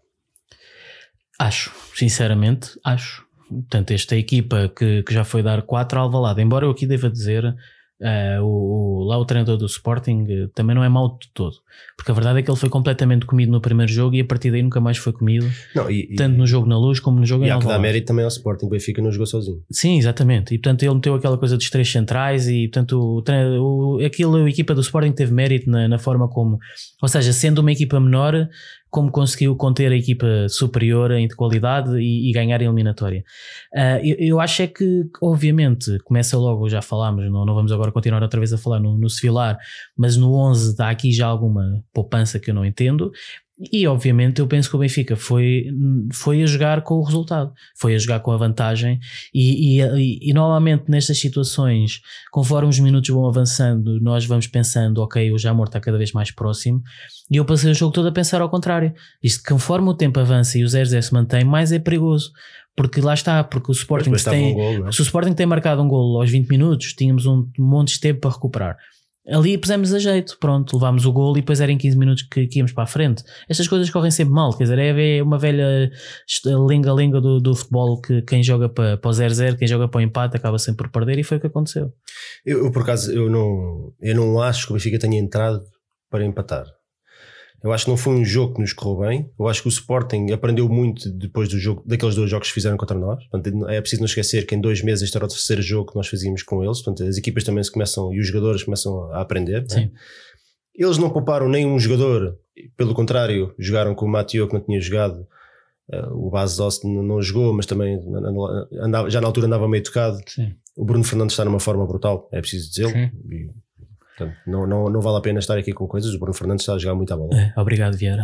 S3: Acho, sinceramente, acho. Portanto, esta equipa que, que já foi dar quatro ao Alvalade, embora eu aqui deva dizer, uh, o, o, lá o treinador do Sporting uh, também não é mau de todo, porque a verdade é que ele foi completamente comido no primeiro jogo e a partir daí nunca mais foi comido, não, e, tanto e, no jogo na Luz como no jogo em Alvalade. E há que dar mérito
S2: também ao Sporting, o Benfica não jogou sozinho.
S3: Sim, exatamente, e portanto ele meteu aquela coisa dos três centrais e portanto o, o, aquilo, a equipa do Sporting teve mérito na, na forma como, ou seja, sendo uma equipa menor, como conseguiu conter a equipa superior em qualidade e, e ganhar a eliminatória. Uh, eu, eu acho é que, obviamente, começa logo, já falámos, não, não vamos agora continuar outra vez a falar no, no Sevillar, mas no onze há aqui já alguma poupança que eu não entendo. E obviamente eu penso que o Benfica foi, foi a jogar com o resultado, foi a jogar com a vantagem e, e, e normalmente nestas situações, conforme os minutos vão avançando, nós vamos pensando, ok, o Jamor está cada vez mais próximo, e eu passei o jogo todo a pensar ao contrário. Isto, conforme o tempo avança e o zero zero se mantém, mais é perigoso, porque lá está, porque o Sporting tem, um gol, se o Sporting tem marcado um golo aos vinte minutos, tínhamos um monte de tempo para recuperar. Ali pusemos a jeito, pronto, levámos o golo e depois era em quinze minutos que, que íamos para a frente. Estas coisas correm sempre mal, quer dizer, é uma velha linga-linga do, do futebol que quem joga para, para o zero zero, quem joga para o empate acaba sempre por perder, e foi o que aconteceu.
S2: Eu, eu por acaso, eu não, eu não acho que o Benfica tenha entrado para empatar. Eu acho que não foi um jogo que nos correu bem. Eu acho que o Sporting aprendeu muito depois do jogo, daqueles dois jogos que fizeram contra nós. Portanto, é preciso não esquecer que em dois meses este era o terceiro jogo que nós fazíamos com eles. Portanto, as equipas também se começam e os jogadores começam a aprender.
S3: Sim.
S2: Né? Eles não pouparam nenhum jogador, pelo contrário, jogaram com o Mathieu, que não tinha jogado. O Bas Dost não jogou, mas também andava, já na altura andava meio tocado.
S3: Sim.
S2: O Bruno Fernandes está numa forma brutal, é preciso dizê-lo. Portanto, não, não, não vale a pena estar aqui com coisas. O Bruno Fernandes está a jogar muito à bola.
S3: É, obrigado, Vieira.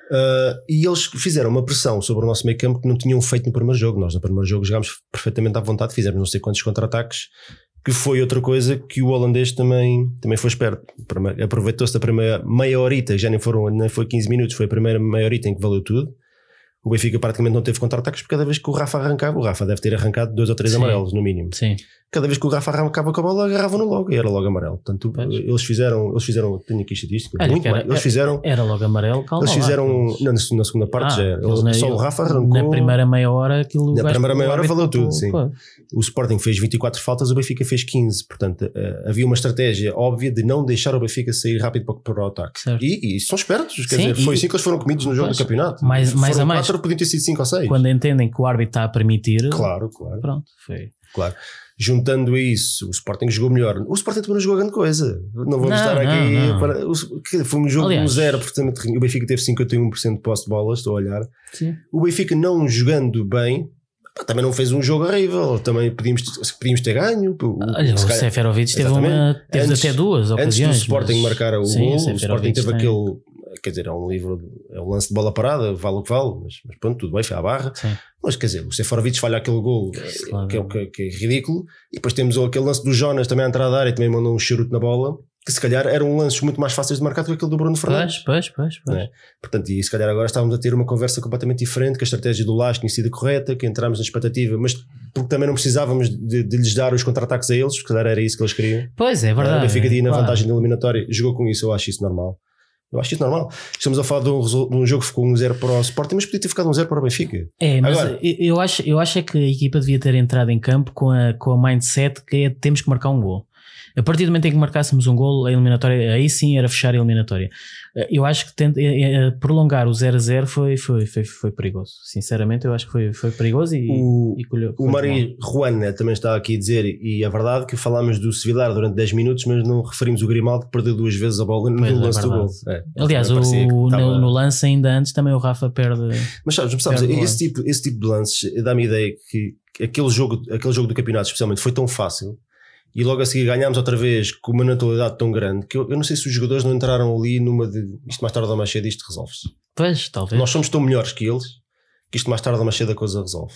S2: Uh, e eles fizeram uma pressão sobre o nosso meio campo que não tinham feito no primeiro jogo. Nós no primeiro jogo jogámos perfeitamente à vontade, fizemos não sei quantos contra-ataques, que foi outra coisa que o holandês também, também foi esperto. Aproveitou-se da primeira meia horita, já nem, foram, nem foi quinze minutos, foi a primeira meia horita em que valeu tudo. O Benfica praticamente não teve contra-ataques, porque cada vez que o Rafa arrancava, o Rafa deve ter arrancado dois ou três Sim. amarelos no mínimo.
S3: Sim.
S2: Cada vez que o Rafa arrancava com a bola, agarravam-no logo e era logo amarelo. Portanto, eles fizeram, eles fizeram, tenho aqui estatística,
S3: Olha,
S2: muito
S3: era,
S2: mais. Eles fizeram,
S3: era logo amarelo, calma
S2: eles fizeram,
S3: lá,
S2: não, na segunda parte
S3: ah,
S2: já era. Ele, só o Rafa arrancou.
S3: Na primeira meia hora, aquilo.
S2: Na primeira meia hora valeu tudo, sim.
S3: Pô.
S2: O Sporting fez vinte e quatro faltas, o Benfica fez quinze. Portanto, havia uma estratégia óbvia de não deixar o Benfica sair rápido para, para o ataque. E, e são espertos, quer sim, dizer, foi assim que eles foram comidos no jogo pois, do campeonato.
S3: Mais, mais
S2: foram
S3: a mais.
S2: quatro, podiam ter sido cinco ou seis.
S3: Quando entendem que o árbitro está a permitir.
S2: Claro, claro.
S3: Pronto, foi.
S2: Claro. Juntando a isso, o Sporting jogou melhor. O Sporting também não jogou grande coisa. Não vamos não, estar aqui.
S3: Não, não.
S2: Para, foi um jogo de zero. Portanto, o Benfica teve cinquenta e um por cento de posse de bolas. Estou a olhar.
S3: Sim.
S2: O Benfica não jogando bem, também não fez um jogo horrível. Também podíamos, podíamos ter ganho.
S3: Olha, o Seferovic teve, uma, teve antes, até duas ocasiões.
S2: Antes do Sporting
S3: mas...
S2: marcar o
S3: Sim,
S2: gol, o Sporting teve
S3: tem.
S2: aquele. Quer dizer, é um livro, é um lance de bola parada, vale o que vale, mas, mas pronto, tudo bem, foi à barra.
S3: Sim.
S2: Mas quer dizer, o Seferovic falha aquele gol
S3: claro.
S2: que, é, que, que é ridículo, e depois temos aquele lance do Jonas também à entrada da área, também mandou um charuto na bola, que se calhar eram lances muito mais fáceis de marcar do que aquele do Bruno Fernandes.
S3: Pois, pois, pois. pois.
S2: É? Portanto, e se calhar agora estávamos a ter uma conversa completamente diferente, que a estratégia do Lage tinha sido correta, que entramos na expectativa, mas porque também não precisávamos de, de lhes dar os contra-ataques a eles, porque se calhar era isso que eles queriam.
S3: Pois é, verdade.
S2: O Benfica ia na
S3: claro.
S2: vantagem da eliminatória, jogou com isso, eu acho isso normal. Eu acho isso normal. Estamos a falar de um, de um jogo que ficou um zero para o Sporting, mas podia ter ficado um zero para o Benfica.
S3: É, mas
S2: agora,
S3: eu, eu, acho, eu acho é que a equipa devia ter entrado em campo com a, com a mindset que é temos que marcar um gol. A partir do momento em que marcássemos um gol, a eliminatória, aí sim era fechar a eliminatória. Eu acho que tenta, é, é, prolongar o zero a zero foi, foi, foi, foi perigoso. Sinceramente, eu acho que foi, foi perigoso e,
S2: o,
S3: e colheu.
S2: O Mari Juana também está aqui a dizer, e é verdade que falámos do Sevillar durante dez minutos, mas não referimos o Grimaldo que perdeu duas vezes a bola no
S3: pois
S2: lance
S3: é
S2: do gol. É,
S3: Aliás, o,
S2: estava...
S3: no, no lance ainda antes também o Rafa perde.
S2: Mas sabes, sabes esse, tipo, esse tipo de lances dá-me a ideia que aquele jogo, aquele jogo do campeonato, especialmente, foi tão fácil. E logo a seguir ganhámos outra vez com uma naturalidade tão grande que eu, eu não sei se os jogadores não entraram ali numa de isto mais tarde ou mais cedo isto resolve-se.
S3: Pois, talvez.
S2: Nós somos tão melhores que eles que isto mais tarde ou mais cedo a coisa resolve.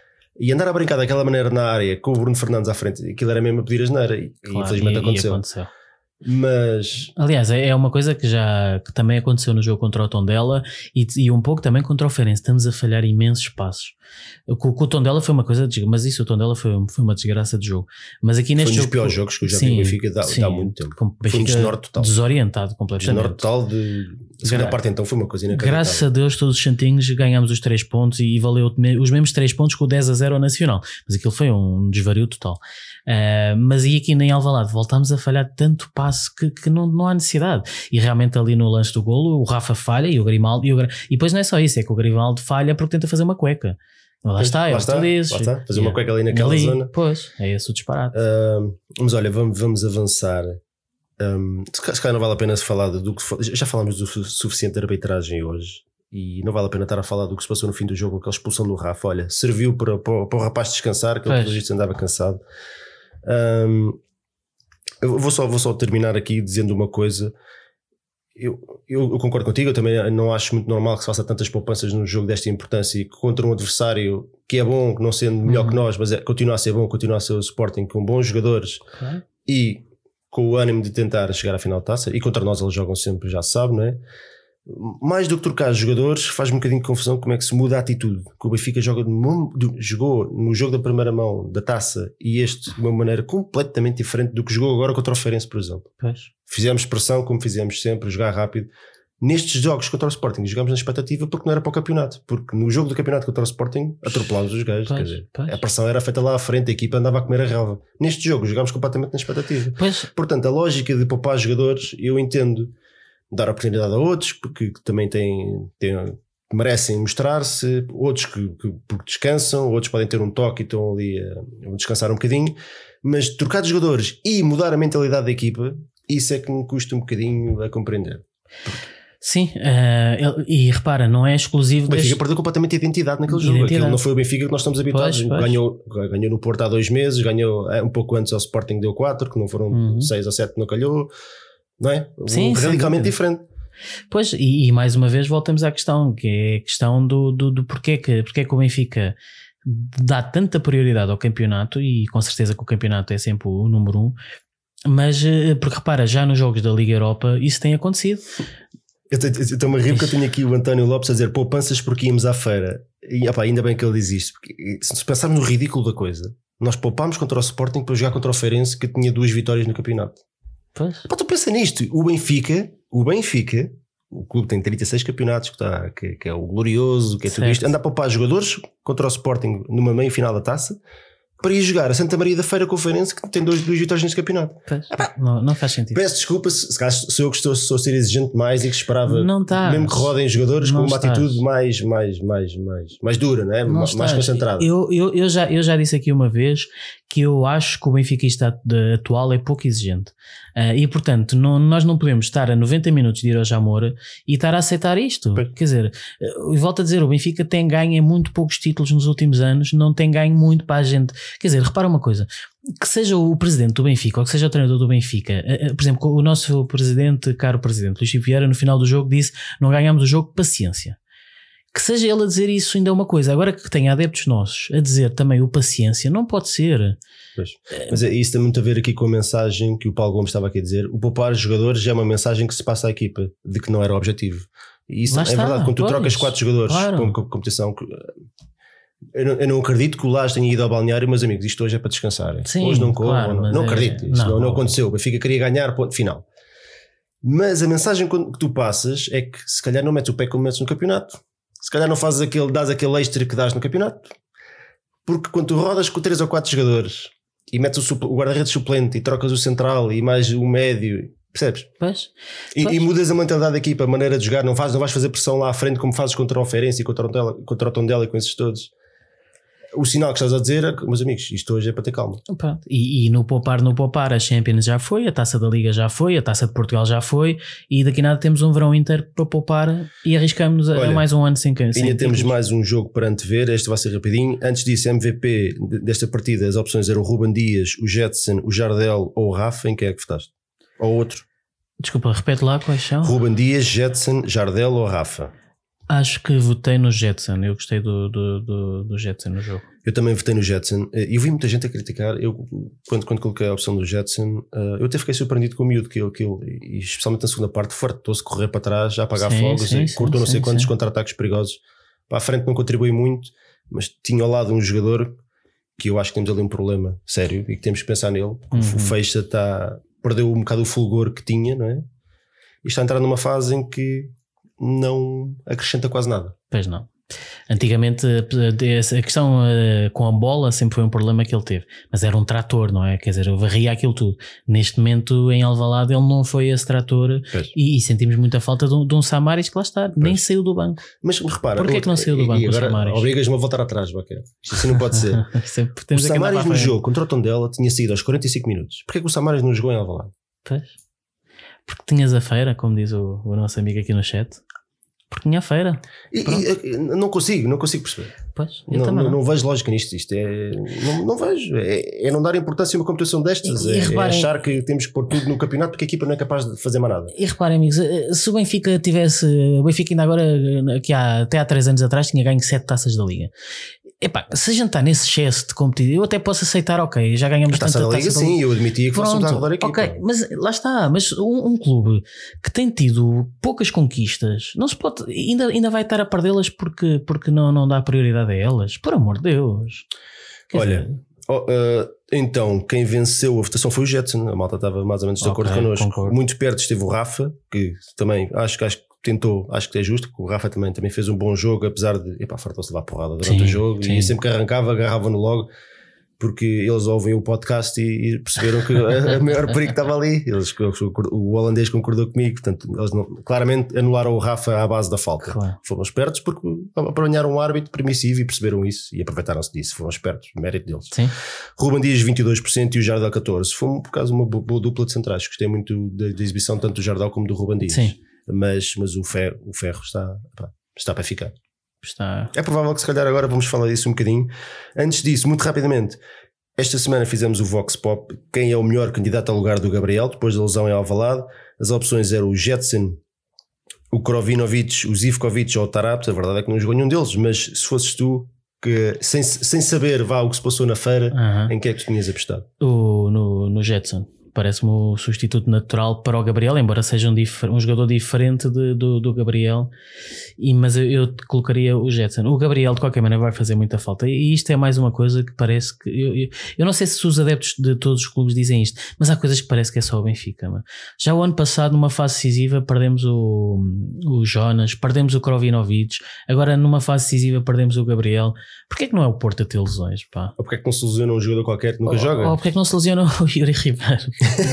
S2: E andar a brincar daquela maneira na área com o Bruno Fernandes à frente, aquilo era mesmo a pedir asneira e,
S3: claro,
S2: e infelizmente
S3: e,
S2: aconteceu.
S3: E aconteceu.
S2: Mas
S3: aliás, é uma coisa que já que também aconteceu no jogo contra o Tondela e, e um pouco também contra o Feirense. Estamos a falhar imensos passos. Com, com o Tondela foi uma coisa de, mas isso o Tondela foi, foi uma desgraça de jogo. Mas aqui neste
S2: foi um dos
S3: jogo,
S2: piores jogos que eu já vi no Benfica há muito tempo.
S3: Foi um desnorte total. Desorientado completamente.
S2: Desnorte total de a segunda Gra- parte então foi uma coisa inacreditável.
S3: Graças a Deus todos os santinhos ganhámos os três pontos e, e valeu os mesmos três pontos com o dez a zero ao Nacional. Mas aquilo foi um desvario total. Uh, mas e aqui em Alvalade voltámos a falhar tanto passo que, que não, não há necessidade. E realmente ali no lance do golo o Rafa falha e o Grimaldo e, o, e depois não é só isso, é que o Grimaldo falha porque tenta fazer uma cueca. Lá
S2: pois,
S3: está, é
S2: lá
S3: o
S2: está,
S3: que tu dizes.
S2: Lá está, fazer yeah. uma cueca ali naquela
S3: ali,
S2: zona.
S3: Pois, é esse o disparate.
S2: Uh, mas olha, vamos, vamos avançar. Um, se calhar não vale a pena se falar do que já falámos do suficiente de arbitragem hoje e não vale a pena estar a falar do que se passou no fim do jogo, aquela expulsão do Rafa. Olha, serviu para, para, para o rapaz descansar, que ele andava cansado. Um, eu vou só, vou só terminar aqui dizendo uma coisa. Eu, eu, eu concordo contigo, eu também não acho muito normal que se faça tantas poupanças num jogo desta importância e contra um adversário que é bom, que não sendo melhor uhum. que nós, mas é, continua a ser bom, continua a ser o Sporting com bons jogadores okay. e com o ânimo de tentar chegar à final de taça, e contra nós eles jogam sempre, já se sabe, não é? Mais do que trocar jogadores, faz um bocadinho de confusão como é que se muda a atitude. Que o Benfica joga de, jogou no jogo da primeira mão da taça e este de uma maneira completamente diferente do que jogou agora contra o Feirense, por exemplo. Pois. Fizemos pressão como fizemos sempre, jogar rápido. Nestes jogos contra o Sporting jogamos na expectativa porque não era para o campeonato, porque no jogo do campeonato contra o Sporting atropelámos os gajos, pois, quer dizer, pois. A pressão era feita lá à frente, a equipa andava a comer a relva. Neste jogo jogámos completamente na expectativa. Pois. Portanto, a lógica de poupar jogadores, eu entendo dar oportunidade a outros porque também têm, têm, merecem mostrar-se, outros que, que porque descansam, outros podem ter um toque e estão ali a, a descansar um bocadinho, mas trocar de jogadores e mudar a mentalidade da equipa, isso é que me custa um bocadinho a compreender.
S3: Sim, uh, e repara, não é exclusivo.
S2: O Benfica das... perdeu completamente a identidade naquele identidade. jogo. Aquilo não foi o Benfica que nós estamos habituados. Pois, pois. Ganhou, ganhou no Porto há dois meses, ganhou um pouco antes ao Sporting, deu quatro, que não foram uhum. seis ou sete que não calhou. Não é? Sim, radicalmente sim. diferente.
S3: Pois, e, e mais uma vez voltamos à questão, que é a questão do, do, do porquê, que, porquê que o Benfica dá tanta prioridade ao campeonato, e com certeza que o campeonato é sempre o número um, mas porque repara, já nos jogos da Liga Europa isso tem acontecido.
S2: Eu estou-me a rir porque eu tenho aqui o António Lopes a dizer poupanças porque íamos à feira, e opa, ainda bem que ele diz isto, porque se pensarmos no ridículo da coisa, nós poupámos contra o Sporting para jogar contra o Feirense, que tinha duas vitórias no campeonato. Pá, tu pensa nisto, o Benfica, o Benfica, o clube tem trinta e seis campeonatos, que, está, que, que é o glorioso, que é certo. Tudo isto, anda a poupar jogadores contra o Sporting numa meia final da taça para ir jogar a Santa Maria da Feira com o Feirense, que tem dois, duas vitórias neste campeonato.
S3: Ah, não, não faz sentido.
S2: Peço desculpa se, se, se sou eu que estou, estou a ser exigente mais e que esperava mesmo que rodem jogadores não com uma estás. atitude mais, mais, mais, mais, mais dura, não é? Não mais estás. concentrada.
S3: Eu, eu, eu, já, eu já disse aqui uma vez que eu acho que o benfiquista atual é pouco exigente. Uh, e portanto não, nós não podemos estar a noventa minutos de ir ao Jamor e estar a aceitar isto. Bem. Quer dizer, uh, volto a dizer, o Benfica tem ganho em muito poucos títulos nos últimos anos, não tem ganho muito para a gente. Quer dizer, repara uma coisa, que seja o presidente do Benfica ou que seja o treinador do Benfica, uh, uh, por exemplo, o nosso presidente, caro presidente Luís Vieira, no final do jogo disse: não ganhamos o jogo, paciência. Que seja ele a dizer isso ainda é uma coisa. Agora que tenha adeptos nossos a dizer também o paciência, não pode ser.
S2: Pois. Mas é, isso tem muito a ver aqui com a mensagem que o Paulo Gomes estava aqui a dizer. O poupar jogadores já é uma mensagem que se passa à equipa de que não era o objetivo. E isso Lá é está, verdade. Quando tu pois. trocas quatro jogadores claro. para uma competição, eu não, eu não acredito que o Lage tenha ido ao balneário, meus amigos, isto hoje é para descansar. Sim, hoje não corro, claro, não, não é... acredito. Isso não, não, não aconteceu. O Benfica queria ganhar, ponto final. Mas a mensagem que tu passas é que se calhar não metes o pé como metes no campeonato. Se calhar não fazes aquele, dás aquele extra que dás no campeonato, porque quando tu rodas com três ou quatro jogadores e metes o, o guarda-redes suplente e trocas o central e mais o médio, percebes?
S3: Pois,
S2: e,
S3: pois.
S2: e mudas a mentalidade da equipa, a maneira de jogar, não, fazes, não vais fazer pressão lá à frente como fazes contra o Feirense e contra o Tondela, contra o Tondela e com esses todos. O sinal que estás a dizer é que, meus amigos, isto hoje é para ter calma.
S3: E, e no poupar, no poupar, a Champions já foi, a Taça da Liga já foi, a Taça de Portugal já foi, e daqui a nada temos um verão inteiro para poupar e arriscamos a, Olha, a mais um ano sem cansa.
S2: Ainda temos mais um jogo para antever, este vai ser rapidinho. Antes disso, M V P desta partida, as opções eram o Ruben Dias, o Jetson, o Jardel ou o Rafa. Em quem é que votaste? Ou outro?
S3: Desculpa, repete lá quais são.
S2: Ruben Dias, Jetson, Jardel ou Rafa?
S3: Acho que votei no Jetson. Eu gostei do, do, do, do Jetson no jogo.
S2: Eu também votei no Jetson. Eu vi muita gente a criticar. Eu, quando, quando coloquei a opção do Jetson, eu até fiquei surpreendido com o miúdo que ele, que ele, e especialmente na segunda parte, fartou-se de correr para trás, já apagar fogos, cortou não sei sim, quantos sim. contra-ataques perigosos. Para a frente não contribui muito, mas tinha ao lado um jogador que eu acho que temos ali um problema sério e que temos que pensar nele. Uhum. O Feixa está, perdeu um bocado o fulgor que tinha, não é? E está a entrar numa fase em que não acrescenta quase nada.
S3: Pois não. Antigamente a questão com a bola sempre foi um problema que ele teve, mas era um trator, não é? Quer dizer, varria aquilo tudo. Neste momento em Alvalade ele não foi esse trator e, e sentimos muita falta de um, de um Samaris que lá está, pois. Nem saiu do banco.
S2: Mas repara,
S3: porquê é que não saiu do banco e, e agora o Samaris?
S2: Obrigas-me a voltar atrás, Baquer. Isto assim não pode ser. O Samaris no jogo contra o Tondela tinha saído aos quarenta e cinco minutos. Porquê que o Samaris não jogou em Alvalade?
S3: Pois. Porque tinhas a feira, como diz o, o nosso amigo aqui no chat. Porque tinha feira.
S2: E, e, não consigo, não consigo perceber.
S3: Pois, eu
S2: não,
S3: também
S2: não,
S3: não.
S2: não vejo lógica nisto. Isto é, não, não vejo. É, é não dar importância a uma competição destas.
S3: E, e
S2: é,
S3: reparem,
S2: é achar que temos que pôr tudo no campeonato porque a equipa não é capaz de fazer mais nada.
S3: E reparem, amigos, se o Benfica tivesse. O Benfica ainda agora, aqui há, até há três anos atrás, tinha ganho sete taças da Liga. Epá, se a gente está nesse excesso de competição, eu até posso aceitar, ok, já ganhamos
S2: tanta taça da Liga, sim, eu admitia que fosse um dar a equipa.
S3: Ok, mas lá está, mas um, um clube que tem tido poucas conquistas, não se pode, ainda, ainda vai estar a perdê-las porque, porque não, não dá prioridade a elas, por amor de Deus. Quer
S2: Olha,
S3: dizer,
S2: oh, uh, então quem venceu a votação foi o Jetson, a malta estava mais ou menos de
S3: Ok,
S2: acordo connosco.
S3: concordo.
S2: Muito perto esteve o Rafa, que também acho que acho que tentou, acho que é justo, porque o Rafa também, também fez um bom jogo, apesar de, epá, fartou-se levar porrada durante
S3: Sim,
S2: o jogo,
S3: sim.
S2: e sempre que arrancava, agarravam-no logo, porque eles ouvem o podcast e, e perceberam que a, a maior perigo estava ali. Eles, o holandês concordou comigo, portanto, eles não, claramente anularam o Rafa à base da falta.
S3: Claro.
S2: Foram espertos porque apanharam um árbitro permissivo e perceberam isso e aproveitaram-se disso. Foram espertos, mérito deles.
S3: Sim.
S2: Ruben Dias vinte e dois por cento e o Jardel catorze por cento. Foi por causa de uma boa dupla de centrais. Gostei muito da, da exibição tanto do Jardel como do Ruben Dias.
S3: Sim.
S2: Mas, mas o ferro, o ferro está, pá, está para ficar.
S3: Está.
S2: É provável que se calhar agora vamos falar disso um bocadinho. Antes disso, muito rapidamente, esta semana fizemos o Vox Pop. Quem é o melhor candidato ao lugar do Gabriel depois da lesão em Alvalade? As opções eram o Jetson, o Krovinovic, o Zivkovic ou o Tarapte. A verdade é que não jogou nenhum deles, mas se fosses tu, que sem, sem saber vá o que se passou na feira,
S3: Uh-huh.
S2: em que é que tu tinhas apostado?
S3: O, no, no Jetson. Parece-me o substituto natural para o Gabriel, embora seja um, difer- um jogador diferente de, do, do Gabriel, e, mas eu, eu colocaria o Jetson. O Gabriel de qualquer maneira vai fazer muita falta, e isto é mais uma coisa que parece que eu, eu, eu não sei se os adeptos de todos os clubes dizem isto, mas há coisas que parece que é só o Benfica, mano. Já o ano passado numa fase decisiva perdemos o, o Jonas, perdemos o Krovinovic, agora numa fase decisiva perdemos o Gabriel. Porquê é que não é o Porto a ter lesões, pá?
S2: Ou porque é que não se lesiona um jogador qualquer que nunca
S3: ou,
S2: joga?
S3: ou porque é que não se lesiona o Yuri Ribeiro?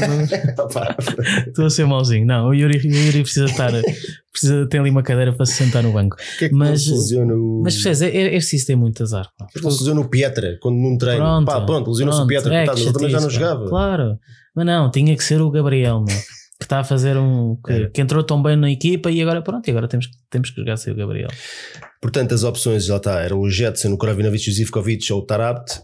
S3: Estou a ser mauzinho. Não, o Yuri, o Yuri precisa estar, precisa ter ali uma cadeira para se sentar no banco.
S2: Porque é que
S3: Mas-
S2: não se lesiona o...
S3: Mas percebes, é, é preciso ter muito azar, pá.
S2: Porque é que não se lesiona o Pietra quando num treino?
S3: Pronto,
S2: Pá, pronto, lesionou-se o
S3: pronto.
S2: Pietra,
S3: É,
S2: coitado,
S3: que
S2: mas ele também já não
S3: chatice, pá.
S2: jogava.
S3: Claro, mas não, tinha que ser o Gabriel, meu, que está a fazer um. Que,
S2: Era.
S3: que entrou tão bem na equipa e agora pronto, e agora temos, temos que jogar sem o Gabriel.
S2: Portanto, as opções já está, eram o Jetson, o Krovinovic, o Zivkovic ou o Tarapte.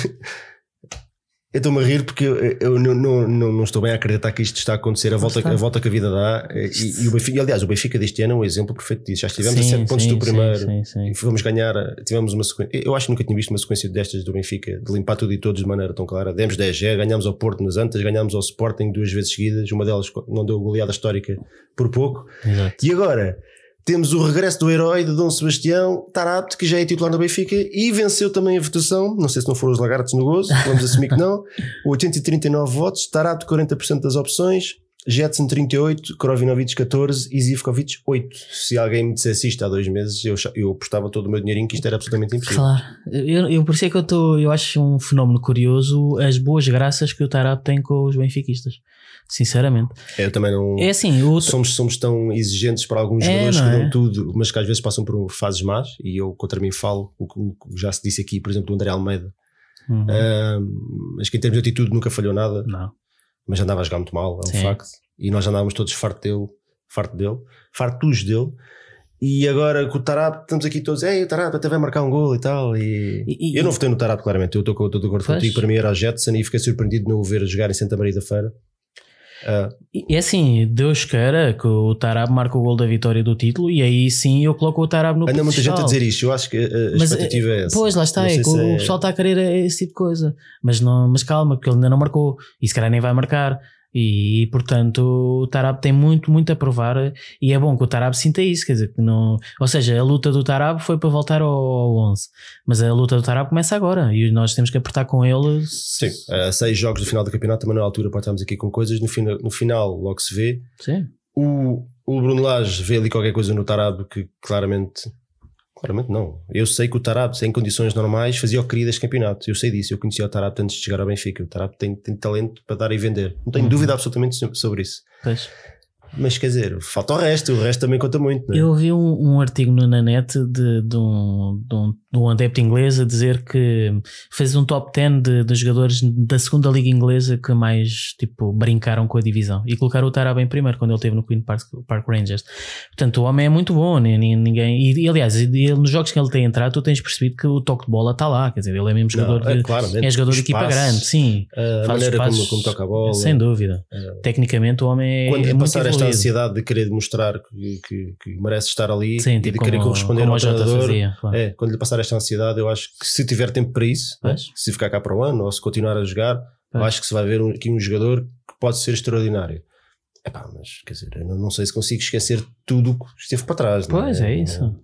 S2: Eu estou-me a rir porque eu, eu não, não, não, não estou bem a acreditar que isto está a acontecer, a volta,
S3: está.
S2: a volta que a vida dá. E, e o Benfica, aliás, o Benfica deste ano é um exemplo perfeito disso. Já estivemos
S3: Sim,
S2: a sete pontos
S3: sim,
S2: do primeiro
S3: sim, sim, sim.
S2: e fomos ganhar. Tivemos uma sequência. Eu acho que nunca tinha visto uma sequência destas do Benfica, de limpar tudo e todos de maneira tão clara. Demos dez zero, ganhámos ao Porto nas Antas, ganhámos ao Sporting duas vezes seguidas. Uma delas não deu goleada histórica por pouco.
S3: Exato.
S2: E agora temos o regresso do herói de Dom Sebastião, Tarapte, que já é titular no Benfica e venceu também a votação. Não sei se não foram os lagartos no gozo, vamos assumir que não. oitocentos e trinta e nove votos, Tarapte quarenta por cento das opções, Jetson trinta e oito, Krovinovic catorze e Zivkovic oito. Se alguém me dissesse isto há dois meses, eu, eu apostava todo o meu dinheirinho que isto era absolutamente impossível.
S3: Claro, eu, eu por isso é que eu estou, eu acho um fenómeno curioso as boas graças que o Tarapte tem com os benfiquistas, sinceramente.
S2: Eu também não.
S3: É assim, o,
S2: Somos, somos tão exigentes para alguns
S3: É,
S2: jogadores
S3: não
S2: que
S3: é?
S2: dão tudo, mas que às vezes passam por fases más. E eu contra mim falo o que o que já se disse aqui, por exemplo, do André Almeida.
S3: Uhum.
S2: Ah, mas que em termos de atitude nunca falhou nada,
S3: Não.
S2: mas andava a jogar muito mal, é um
S3: Sim.
S2: facto. E nós andávamos todos farto dele, farto dele, fartos dele. E agora com o Tarapte, estamos aqui todos, ei, o Tarapte até vai marcar um gol e tal. E,
S3: E- e-
S2: eu não votei no Tarapte, claramente. Eu estou com todo o acordo
S3: Pois.
S2: contigo. Para mim era a Jetson e fiquei surpreendido de não o ver jogar em Santa Maria da Feira. Ah,
S3: E é assim, Deus queira que o Tarab marque o gol da vitória do título e aí sim eu coloco o Tarab no
S2: anda muita gente a
S3: pedestal.
S2: dizer isto. Eu acho que a, a
S3: Mas,
S2: expectativa é essa.
S3: Pois, lá está,
S2: Não
S3: é
S2: sei
S3: que
S2: se
S3: o
S2: é-
S3: pessoal está a querer esse tipo de coisa, mas, não, mas calma, porque ele ainda não marcou e se calhar nem vai marcar. E, portanto o Tarab tem muito, muito a provar e é bom que o Tarab sinta isso, quer dizer, que não, ou seja, a luta do Tarab foi para voltar ao, ao onze, mas a luta do Tarab começa agora e nós temos que apertar com ele.
S2: Sim, a seis jogos do final do campeonato, também na altura para estarmos aqui com coisas. No final, no final logo se vê.
S3: Sim.
S2: O, o Bruno Lage vê ali qualquer coisa no Tarab que claramente, claramente não. Eu sei que o Tarab, em condições normais, fazia o que queria deste campeonato. Eu sei disso. Eu conhecia o Tarab antes de chegar ao Benfica. O Tarab tem, tem talento para dar e vender. Não tenho
S3: Uhum.
S2: dúvida absolutamente sobre isso.
S3: Pois.
S2: Mas quer dizer, falta o resto. O resto também conta muito, não é?
S3: Eu vi um, um artigo no, na net de, de, um, de um um adepto inglês a dizer que fez um top dez de, de jogadores da segunda liga inglesa que mais tipo brincaram com a divisão e colocaram o Tarab em primeiro quando ele esteve no Queen Park, Park Rangers. Portanto, o homem é muito bom, ninguém, e, e aliás, ele, nos jogos que ele tem entrado, tu tens percebido que o toque de bola está lá, quer dizer, ele é mesmo jogador,
S2: Não, é,
S3: de, é jogador de equipa grande, sim,
S2: a
S3: faz
S2: maneira
S3: espaços,
S2: como, como toca a bola,
S3: sem dúvida.
S2: É.
S3: Tecnicamente, o homem é,
S2: quando lhe
S3: é
S2: passar
S3: muito
S2: esta
S3: evoluído.
S2: ansiedade de querer demonstrar que, que, que merece estar ali,
S3: Sim,
S2: e
S3: tipo
S2: de querer
S3: como,
S2: corresponder
S3: como
S2: ao
S3: o Jota
S2: treinador,
S3: fazia, claro.
S2: é, quando lhe passar esta ansiedade, eu acho que se tiver tempo para isso, né, se ficar cá para o ano ou se continuar a jogar,
S3: é.
S2: eu acho que se vai ver um, aqui um jogador que pode ser extraordinário. Epá, mas quer dizer, eu não, não sei se consigo esquecer tudo o que esteve para trás.
S3: Pois
S2: não é,
S3: é isso.
S2: Não,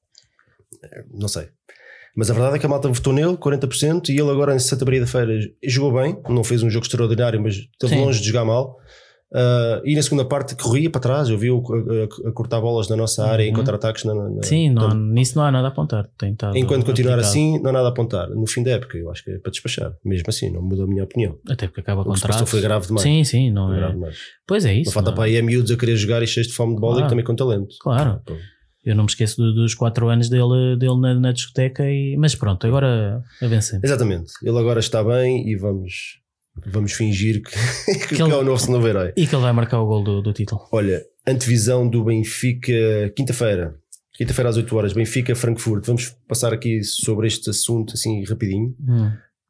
S2: não sei. Mas a verdade é que a malta votou nele, quarenta por cento, e ele agora em Santa Maria da Feira jogou bem, não fez um jogo extraordinário, mas esteve
S3: Sim.
S2: longe de jogar mal. Uh, e na segunda parte corria para trás, eu vi-o a, a, a cortar bolas na nossa área, uhum, em contra-ataques. Na, na,
S3: Sim, não,
S2: portanto,
S3: nisso não há nada a apontar. Tem
S2: enquanto continuar assim, não há nada a apontar. No fim da época, eu acho que é para despachar. Mesmo assim, não muda a minha opinião.
S3: Até porque acaba o
S2: contrato. O que se passou foi grave demais.
S3: Sim, sim, não
S2: foi
S3: é.
S2: Grave demais.
S3: Pois é isso.
S2: Não falta
S3: não.
S2: para aí a miúdos a querer jogar e cheios de fome de bola, claro, e também com talento.
S3: Claro. Ah, eu não me esqueço do, dos quatro anos dele, dele na, na discoteca, e, mas pronto, agora avancemos.
S2: Exatamente. Ele agora está bem e vamos. Vamos fingir que, que, que ele, é o nosso novo herói.
S3: E que ele vai marcar o gol do, do título.
S2: Olha, antevisão do Benfica, quinta-feira. Quinta-feira às oito horas, Benfica, Frankfurt. Vamos passar aqui sobre este assunto assim rapidinho. Hum.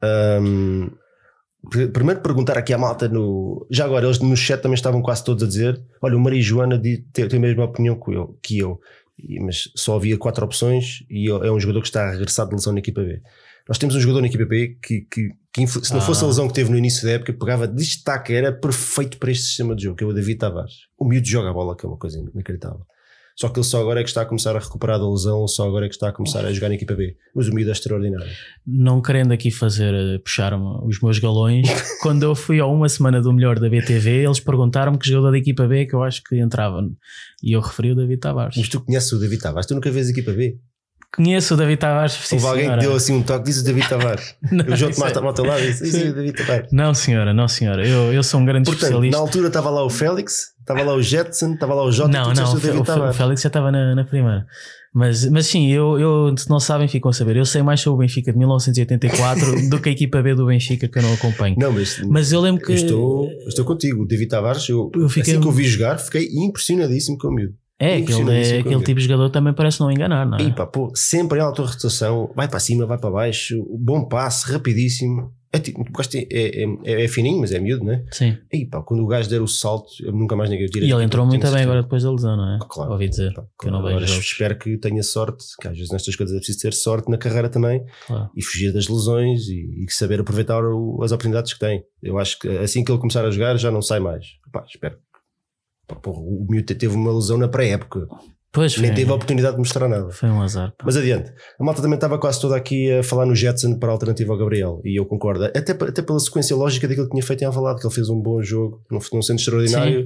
S2: Um, primeiro perguntar aqui à malta no... Já agora, eles no chat também estavam quase todos a dizer: olha, o Maria Joana tem, tem a mesma opinião que eu, que eu. Mas só havia quatro opções e é um jogador que está a regressar de lesão na equipa B. Nós temos um jogador na equipa B que, que, que se não fosse ah. a lesão que teve no início da época, pegava de destaque, era perfeito para este sistema de jogo, que é o David Tavares. O miúdo joga a bola, que é uma coisa inacreditável. Só que ele só agora é que está a começar a recuperar da lesão, só agora é que está a começar a jogar na equipa B. Mas o miúdo é extraordinário.
S3: Não querendo aqui fazer, puxar os meus galões, quando eu fui a uma semana do melhor da B T V, eles perguntaram-me que jogador da equipa B que eu acho que entrava. E eu referi o David Tavares.
S2: Mas tu conheces o David Tavares? Tu nunca vês a equipa B?
S3: Conheço o David Tavares. Sim,
S2: houve alguém
S3: senhora.
S2: que deu assim um toque, diz o David Tavares. Não, o João Tomás estava ao teu lado e disse: isso é o David Tavares.
S3: Não, senhora, não, senhora. Eu, eu sou um grande
S2: Portanto,
S3: especialista.
S2: Na altura estava lá o Félix, estava lá o Jetson, estava lá o Jota.
S3: Não, não, o, David o, Tavares. O Félix já estava na, na primeira. Mas, mas sim, eu, eu, se não sabem, ficam a saber. Eu sei mais sobre o Benfica de mil novecentos e oitenta e quatro do que a equipa B do Benfica, que eu não acompanho.
S2: Não, mas,
S3: mas eu lembro que.
S2: Eu estou, eu estou contigo. O David Tavares, eu, eu fiquei, assim que eu vi jogar, fiquei impressionadíssimo com o miúdo.
S3: É, aquele, é, aquele tipo de jogador também parece não enganar, não é?
S2: E pá, pô, sempre em alta rotação, vai para cima, vai para baixo, bom passe, rapidíssimo. É, tipo, é, é, é fininho, mas é miúdo, não é?
S3: Sim.
S2: E pá, quando o gajo der o salto, eu nunca mais ninguém tira.
S3: E ele entrou muito bem agora depois da lesão, não é?
S2: Claro.
S3: Ouvi dizer.
S2: Pá,
S3: que eu não
S2: agora
S3: vejo
S2: espero que tenha sorte, que às vezes nestas coisas é preciso ter sorte na carreira também,
S3: claro,
S2: e fugir das lesões e, e saber aproveitar o, as oportunidades que tem. Eu acho que assim que ele começar a jogar já não sai mais. Pá, espero. Pá, pô, o miúdo teve uma lesão na pré-época.
S3: Pois
S2: nem
S3: foi,
S2: teve a oportunidade de mostrar nada.
S3: Foi um azar. Pá.
S2: Mas adiante. A malta também estava quase toda aqui a falar no Jetson para a alternativa ao Gabriel. E eu concordo. Até, até pela sequência lógica daquilo que tinha feito em Alvalade, que ele fez um bom jogo, não, não sendo extraordinário. Sim.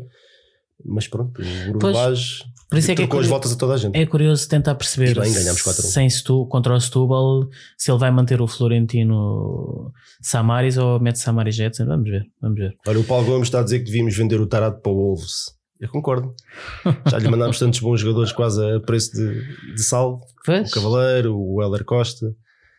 S2: Mas pronto, o Bruno Lage
S3: é
S2: trocou
S3: é
S2: as voltas a toda a gente.
S3: É curioso tentar perceber,
S2: e bem, ganhamos quatro a um.
S3: Sem Setúbal, contra o Setúbal, se ele vai manter o Florentino Samaris ou mete Samaris Jetson. Vamos ver, vamos ver.
S2: Olha, o Paulo Gomes está a dizer que devíamos vender o Tarado para o Wolves. Eu concordo. Já lhe mandámos tantos bons jogadores quase a preço de, de sal.
S3: Pois.
S2: O Cavaleiro, o Heller Costa.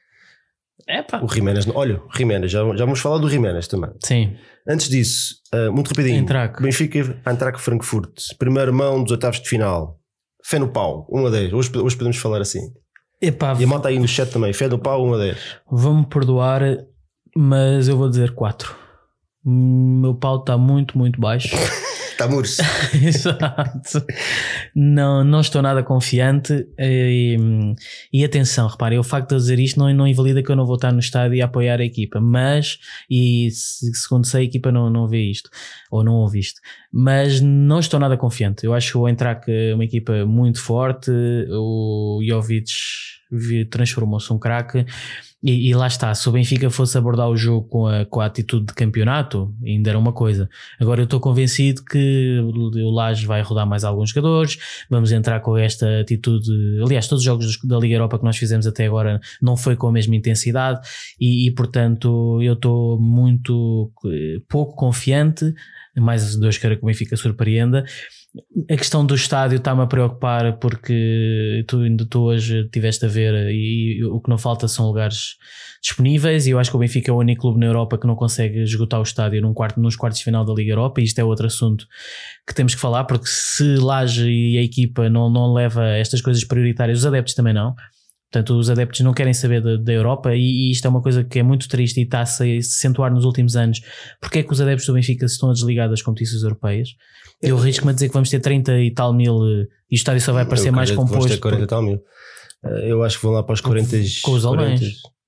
S3: Epa.
S2: O Jiménez. Olha, o Jiménez, já, já vamos falar do Jiménez também.
S3: Sim.
S2: Antes disso, uh, muito rapidinho.
S3: Entraque.
S2: Benfica, Eintracht Frankfurt. Primeira mão dos oitavos de final. Fé no pau, um a dez. Hoje, hoje podemos falar assim.
S3: Epá,
S2: e a malta aí no chat também. Fé no pau, um a dez.
S3: Vão-me perdoar, mas eu vou dizer quatro. O meu pau está muito, muito baixo.
S2: Está murso.
S3: Exato. Não, não estou nada confiante. E, e atenção, reparem, o facto de eu dizer isto não, não invalida que eu não vou estar no estádio e apoiar a equipa. Mas, e segundo sei, a equipa não, não vê isto, ou não ouve isto. Mas não estou nada confiante. Eu acho que o Eintracht é uma equipa muito forte. O Jovic transformou-se um craque. E, e lá está, se o Benfica fosse abordar o jogo com a, com a atitude de campeonato, ainda era uma coisa. Agora eu estou convencido que o Lage vai rodar mais alguns jogadores, vamos entrar com esta atitude. Aliás, todos os jogos da Liga Europa que nós fizemos até agora não foi com a mesma intensidade e, e portanto eu estou muito pouco confiante. Mais Deus queira que o Benfica surpreenda. A questão do estádio está-me a preocupar porque tu, tu hoje estiveste a ver e o que não falta são lugares disponíveis e eu acho que o Benfica é o único clube na Europa que não consegue esgotar o estádio num quarto, nos quartos de final da Liga Europa, e isto é outro assunto que temos que falar, porque se Laje e a equipa não, não leva estas coisas prioritárias, os adeptos também não. Portanto, os adeptos não querem saber da, da Europa e, e isto é uma coisa que é muito triste e está-se a acentuar nos últimos anos. Porque é que os adeptos do Benfica se estão a desligar das competições europeias? Eu arrisco-me a dizer que vamos ter trinta e tal mil e o estádio só vai parecer mais composto.
S2: Vamos ter quarenta e tal mil. Eu acho que vão lá para os quarenta.
S3: Com os alemães.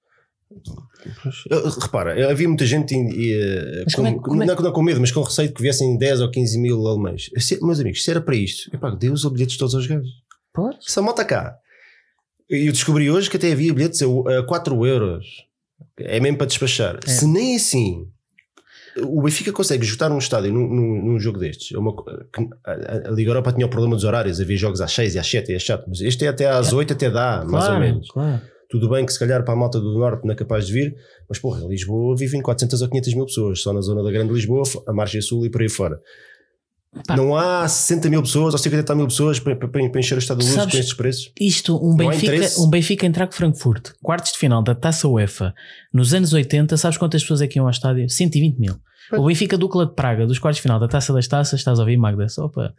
S2: Repara, havia muita gente e, com, é, como é? Não, não com medo, mas com receio de que viessem dez ou quinze mil alemães. Meus amigos, se era para isto, epá, dê os bilhetes todos aos gajos. Essa moto cá. E eu descobri hoje que até havia bilhetes a quatro euros. É mesmo para despachar. É. Se nem assim o Benfica consegue esgotar um estádio num, num, num jogo destes. É uma, a, a Liga Europa tinha o problema dos horários. Havia jogos às seis e às sete e é chato. Mas este é até às oito, até dá, claro, mais ou menos. Claro. Tudo bem que se calhar para a malta do Norte não é capaz de vir. Mas porra, Lisboa vivem quatrocentas ou quinhentas mil pessoas. Só na zona da Grande Lisboa, a Margem Sul e por aí fora. Pá. Não há sessenta mil pessoas ou cinquenta mil pessoas para, para, para encher o estado de luz com estes preços.
S3: Isto, um Benfica, um Benfica entrar com Frankfurt, quartos de final da Taça UEFA nos anos oitenta, sabes quantas pessoas é que iam ao estádio? cento e vinte mil. O Benfica Dukla de Praga, dos quartos de final da Taça das Taças, estás a ouvir, Magda? Só para,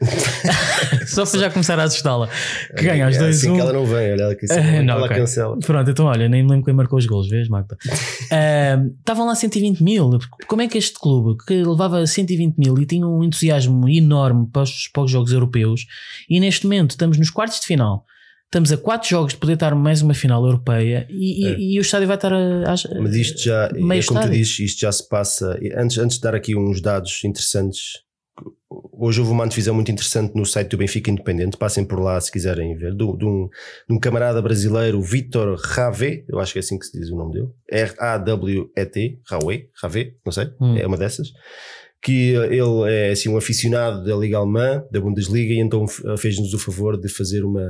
S3: Só para já começar a assustá-la. Que ganha aos dois.
S2: Assim um... que ela não vem, olha que assim, não, ela okay. cancela.
S3: Pronto, então olha, nem me lembro quem marcou os golos, vês, Magda? Estavam uh, lá cento e vinte mil. Como é que este clube, que levava cento e vinte mil e tinha um entusiasmo enorme para os, para os jogos europeus, e neste momento estamos nos quartos de final. Estamos a quatro jogos de poder estar mais uma final europeia e, é. e, e o estádio vai estar a, a
S2: mas isto já, é como tu dizes, isto já se passa. Antes, antes de dar aqui uns dados interessantes, hoje houve uma antevisão muito interessante no site do Benfica Independente, passem por lá se quiserem ver, de, de, um, de um camarada brasileiro, Vitor Ravé, eu acho que é assim que se diz o nome dele, R A W E T, Ravé, Ravé, não sei, hum. é uma dessas, que ele é assim um aficionado da Liga Alemã, da Bundesliga, e então fez-nos o favor de fazer uma...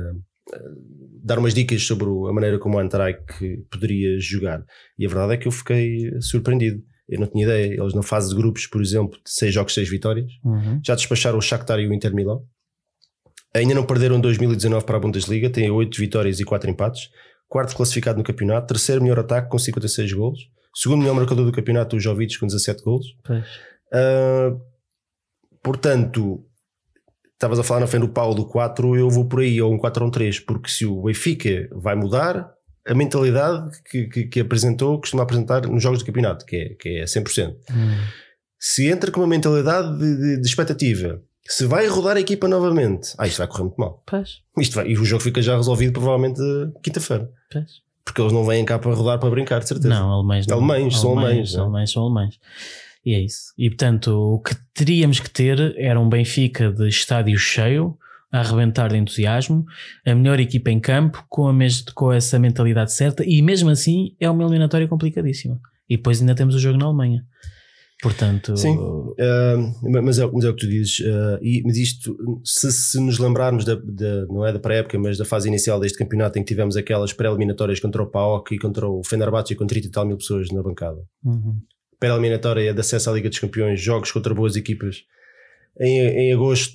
S2: dar umas dicas sobre a maneira como o Anderlecht poderia jogar, e a verdade é que eu fiquei surpreendido. Eu não tinha ideia. Eles na fase de grupos, por exemplo, de seis jogos, seis vitórias, uhum. já despacharam o Shakhtar e o Inter Milão, ainda não perderam dois mil e dezanove para a Bundesliga, têm oito vitórias e quatro empates, quarto classificado no campeonato, terceiro melhor ataque com cinquenta e seis golos, segundo melhor marcador do campeonato o Jovic com dezassete golos. Uh, portanto, estavas a falar na frente do Paulo do quatro, eu vou por aí, ou um quatro ou um três, porque se o Benfica vai mudar a mentalidade que, que, que apresentou, costuma apresentar nos jogos do campeonato, que é, que é cem por cento. Hum. Se entra com uma mentalidade de, de, de expectativa, se vai rodar a equipa novamente, ah, isto vai correr muito mal. Isto vai, e o jogo fica já resolvido provavelmente quinta-feira. Pois. Porque eles não vêm cá para rodar para brincar, de certeza.
S3: Não, alemães não.
S2: Alemães, são alemães.
S3: alemães são alemães, são alemães. E é isso. E portanto, o que teríamos que ter era um Benfica de estádio cheio, a arrebentar de entusiasmo, a melhor equipa em campo, com, a mes- com essa mentalidade certa, e mesmo assim é uma eliminatória complicadíssima. E depois ainda temos o jogo na Alemanha. Portanto...
S2: Sim, uh, mas, é, mas é o que tu dizes. Uh, e, mas isto, se, se nos lembrarmos, da, da, não é da pré-época, mas da fase inicial deste campeonato, em que tivemos aquelas pré-eliminatórias contra o P A O K e contra o Fenerbahçe, com trinta e tal mil pessoas na bancada. Uhum. Pré-eliminatória de acesso à Liga dos Campeões, jogos contra boas equipas em, em agosto,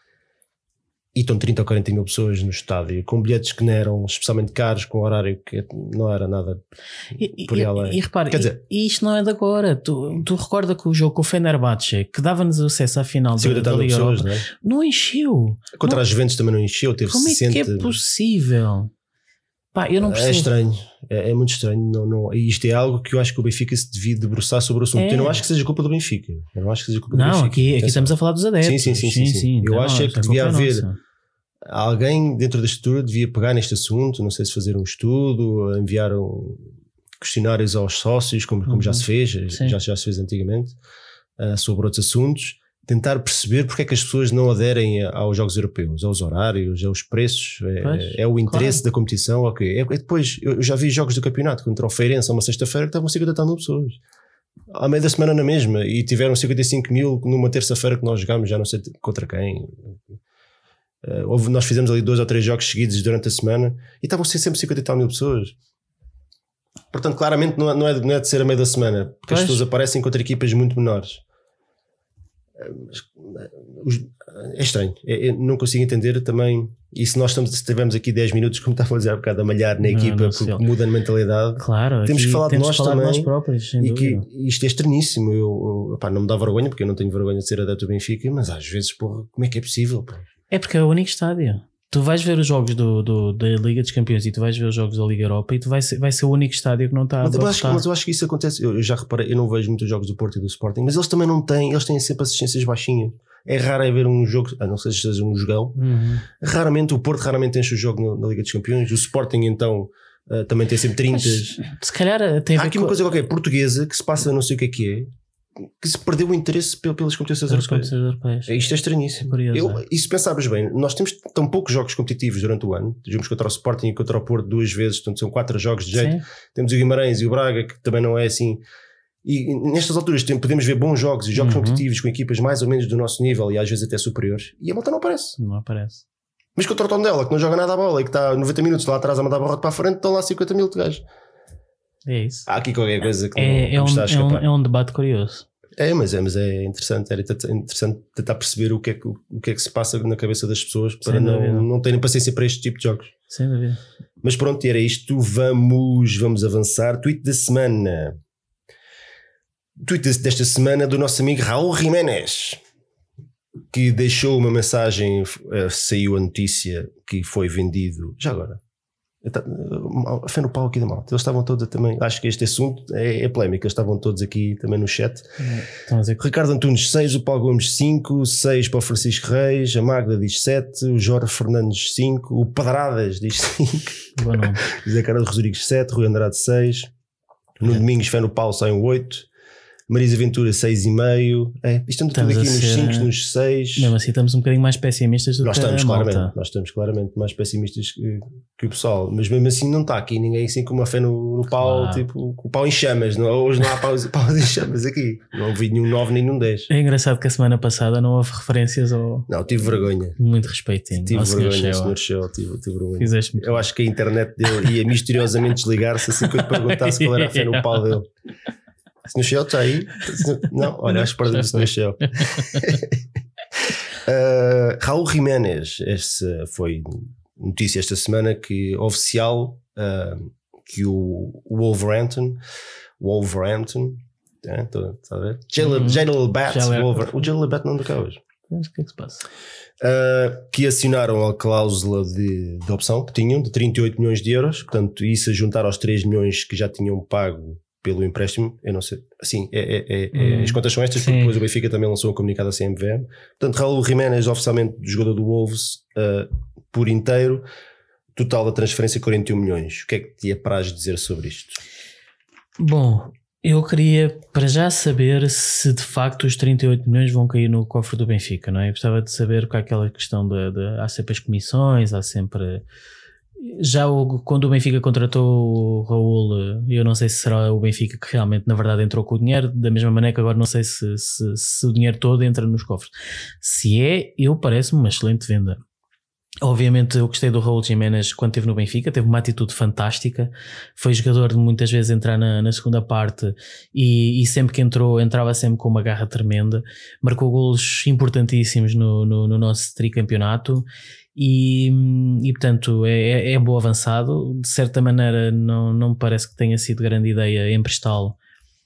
S2: e estão trinta ou quarenta mil pessoas no estádio, com bilhetes que não eram especialmente caros, com horário que não era nada
S3: e,
S2: por aí além.
S3: E, e repara, Quer dizer, e, isto não é de agora. Tu, tu recorda que o jogo com o Fenerbahçe, que dava-nos acesso à final da, da Liga Europa, não, é? não encheu.
S2: Contra
S3: não.
S2: as Juventus também não encheu. Teve
S3: Como
S2: sessenta...
S3: é que é possível? Pá, eu não percebo.
S2: É estranho, é, é muito estranho. Não, não, e isto é algo que eu acho que o Benfica se devia debruçar sobre o assunto. É. Eu não acho que seja culpa do Benfica. Eu não acho que seja culpa
S3: não,
S2: do Benfica.
S3: Aqui, aqui estamos a falar dos adeptos.
S2: Sim, sim, sim. sim, sim, sim. Eu acho é que devia haver nossa. alguém dentro da estrutura, devia pegar neste assunto. Não sei se fazer um estudo, enviar um questionários aos sócios, como, como uhum. já se fez, já, já se fez antigamente, uh, sobre outros assuntos. Tentar perceber porque é que as pessoas não aderem aos jogos europeus, aos horários, aos preços, é, é o interesse claro. da competição, ok. É, é depois, eu já vi jogos do campeonato contra o Feirense uma sexta-feira que estavam cinquenta mil pessoas, à meia da semana na mesma, e tiveram cinquenta e cinco mil numa terça-feira que nós jogámos, já não sei contra quem. Uh, houve, nós fizemos ali dois ou três jogos seguidos durante a semana e estavam sempre cinquenta e tal mil pessoas. Portanto, claramente não é, não é, não é de ser a meia da semana, porque pois. as pessoas aparecem contra equipas muito menores. é estranho, é, é, não consigo entender também. E se nós estamos, se tivermos aqui dez minutos, como estava a dizer há bocado, a malhar na
S3: Não,
S2: equipa,
S3: não
S2: porque
S3: sei.
S2: muda a mentalidade,
S3: Claro,
S2: temos que falar de
S3: temos
S2: nós
S3: que falar
S2: também.
S3: de nós próprios, sem
S2: e
S3: dúvida.
S2: que isto é estranhíssimo. Eu, eu, pá, não me dá vergonha, porque eu não tenho vergonha de ser adepto do Benfica, mas às vezes, porra, como é que é possível? Pá?
S3: É porque é o único estádio. Tu vais ver os jogos do, do, da Liga dos Campeões e tu vais ver os jogos da Liga Europa e tu vai ser, vai ser o único estádio que não está a
S2: Mas eu, acho,
S3: abarrotar.
S2: mas eu acho que isso acontece. Eu, eu já reparei, eu não vejo muitos jogos do Porto e do Sporting, mas eles também não têm, eles têm sempre assistências baixinhas. É raro é ver um jogo, a não ser se seja um jogão.
S3: Uhum.
S2: Raramente o Porto raramente enche o jogo no, na Liga dos Campeões. O Sporting então uh, também tem sempre trinta.
S3: Se calhar tem a
S2: Há
S3: ver
S2: aqui
S3: com
S2: uma coisa qualquer portuguesa que se passa, não sei o que é que é, que se perdeu o interesse pel- pelas competições
S3: as
S2: europeias.
S3: competições europeias.
S2: Isto é estranhíssimo.
S3: Curioso,
S2: Eu,
S3: é.
S2: e se pensarmos bem, nós temos tão poucos jogos competitivos durante o ano. Jogamos contra o Sporting e contra o Porto duas vezes, portanto são quatro jogos de jeito.
S3: Sim.
S2: Temos o Guimarães e o Braga, que também não é assim. E nestas alturas tem- podemos ver bons jogos e jogos
S3: Uhum.
S2: competitivos com equipas mais ou menos do nosso nível e às vezes até superiores. E a malta não aparece.
S3: Não aparece.
S2: Mas contra o Tondela, que não joga nada à bola e que está noventa minutos lá atrás a mandar a barrote para a frente, estão lá cinquenta mil de gajos.
S3: É isso.
S2: Há aqui qualquer coisa que não,
S3: É,
S2: que
S3: é,
S2: me
S3: um,
S2: está a
S3: é, um,
S2: escapar.
S3: é um debate curioso.
S2: É, mas é, mas é interessante, era t- interessante tentar perceber o que, é que, o que é que se passa na cabeça das pessoas para
S3: Sem dúvida.
S2: não, não terem paciência para este tipo de jogos.
S3: Sem dúvida.
S2: Mas pronto, era isto. Vamos, vamos avançar. Tweet da semana. Tweet desta semana do nosso amigo Raul Jiménez, que deixou uma mensagem. eh, Saiu a notícia que foi vendido. Já agora, a fé no pau aqui da malta. Eles estavam todos a também. Acho que este assunto é, é polémico. Eles estavam todos aqui também no chat.
S3: Estão a dizer que
S2: Ricardo Antunes seis, o Paulo Gomes cinco, seis para o Francisco Reis, a Magda diz sete, o Jorge Fernandes cinco, o Pedradas diz cinco,
S3: bom nome.
S2: José Carlos Rodrigues sete, Rui Andrade seis, no Domingos Fé no Paulo sai um oito, Marisa Ventura seis e meio. É, isto anda tudo
S3: Estamos
S2: aqui
S3: a
S2: nos
S3: ser-
S2: cinco, nos seis.
S3: Mesmo assim estamos um bocadinho mais pessimistas do
S2: Nós
S3: que
S2: estamos,
S3: a malta.
S2: claramente, nós estamos claramente mais pessimistas que, que o pessoal, mas mesmo assim não está aqui ninguém assim com uma fé no, no pau,
S3: Claro.
S2: tipo, com o pau em chamas. Não, hoje não há paus, paus em chamas aqui. Não ouvi nenhum nove nem nenhum dez.
S3: É engraçado que a semana passada não houve referências ao
S2: Não, tive vergonha.
S3: muito respeitinho.
S2: Tive
S3: ao senhor
S2: vergonha,
S3: Shewa.
S2: senhor Show, tive, tive vergonha.
S3: Fizeste muito
S2: Eu acho que a internet dele ia misteriosamente desligar-se assim que eu te perguntasse qual era a fé no pau dele. senhor Show está aí? Não, olha, acho que perdeu o senhor Show. Uh, Raul Jiménez, essa foi notícia esta semana que oficial uh, que o Wolverhampton, Wolverhampton, é, tô, tá a ver?
S3: Uhum.
S2: Jalen Bat,
S3: Jalen-
S2: Wolver, o Jalen Bat não anda cá hoje.
S3: Mas o que é que se passa?
S2: Uh, que assinaram a cláusula de, de opção que tinham de trinta e oito milhões de euros, portanto isso a juntar aos três milhões que já tinham pago pelo empréstimo, eu não sei, assim, é, é, é, é,
S3: Hum,
S2: as contas são estas,
S3: sim.
S2: porque depois o Benfica também lançou um comunicado à C M V M. Portanto, Raul Jiménez oficialmente jogador do Wolves uh, por inteiro, total da transferência quarenta e um milhões. O que é que te apraz dizer sobre isto?
S3: Bom, eu queria para já saber se de facto os trinta e oito milhões vão cair no cofre do Benfica, não é? Eu gostava de saber qual é aquela questão de, de há sempre as comissões, há sempre... Já o, quando o Benfica contratou o Raul, eu não sei se será o Benfica que realmente na verdade entrou com o dinheiro, da mesma maneira que agora não sei se, se, se o dinheiro todo entra nos cofres. Se é, eu parece-me uma excelente venda. Obviamente eu gostei do Raul Jiménez quando esteve no Benfica, teve uma atitude fantástica, foi jogador de muitas vezes entrar na, na segunda parte e, e sempre que entrou, entrava sempre com uma garra tremenda, marcou golos importantíssimos no, no, no nosso tricampeonato e, e portanto é, é bom avançado, de certa maneira não, não me parece que tenha sido grande ideia emprestá-lo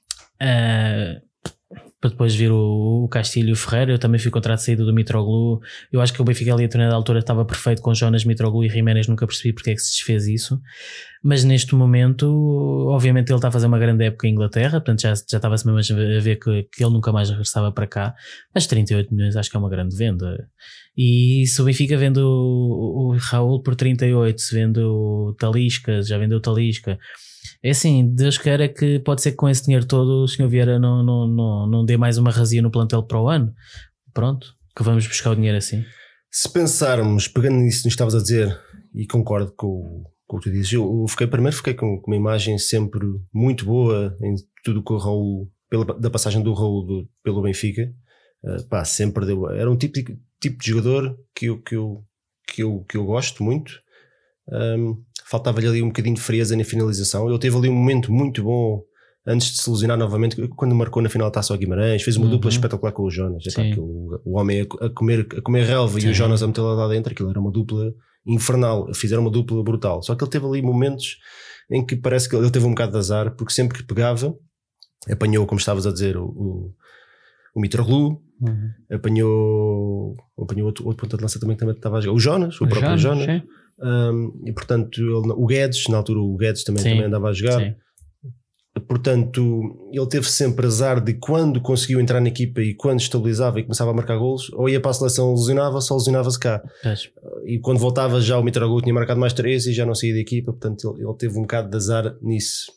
S3: uh, para depois vir o, o Castilho e o Ferreira. Eu também fui contra a saída do Mitroglou. Eu acho que o Benfica ali a determinada altura estava perfeito com Jonas, Mitroglou e Jiménez, nunca percebi porque é que se desfez isso, mas neste momento obviamente ele está a fazer uma grande época em Inglaterra, portanto já, já estava-se mesmo a ver que, que ele nunca mais regressava para cá, mas trinta e oito milhões acho que é uma grande venda. E se o Benfica vende o, o Raul por trinta e oito, se vende o Talisca, já vendeu o Talisca, é assim, Deus queira que pode ser que com esse dinheiro todo o senhor Vieira não, não, não, não dê mais uma razia no plantel para o ano. Pronto, que vamos buscar o dinheiro assim.
S2: Se pensarmos, pegando nisso que estavas a dizer, e concordo com, com o que tu dizes, eu, eu fiquei, primeiro fiquei com, com uma imagem sempre muito boa em tudo que o Raul, pela, da passagem do Raul do, pelo Benfica, uh, pá, sempre deu, era um tipo de, tipo de jogador que eu, que eu, que eu, que eu gosto muito. Um, faltava-lhe ali um bocadinho de frieza na finalização. Ele teve ali um momento muito bom antes de se ilusionar novamente, quando marcou na final da Taça ao Guimarães, fez uma uhum. dupla espetacular com o Jonas. Epá, aquilo, o homem a, a, comer, a comer relva Sim. e o Jonas a meter lá dentro, aquilo era uma dupla infernal, fizeram uma dupla brutal. Só que ele teve ali momentos em que parece que ele teve um bocado de azar, porque sempre que pegava, apanhou, como estavas a dizer, o, o, o Mitroglou, uhum. apanhou, apanhou outro, outro ponta de lança também que também estava a jogar, o Jonas, o, o próprio Jonas. Jonas. Um, e portanto, ele, o Guedes, na altura o Guedes também, também andava a jogar. Sim. Portanto, ele teve sempre azar de quando conseguiu entrar na equipa e quando estabilizava e começava a marcar golos, ou ia para a seleção, lesionava-se ou lesionava-se cá. É. E quando voltava já o Mitroglou tinha marcado mais três e já não saía da equipa, portanto ele, ele teve um bocado de azar nisso.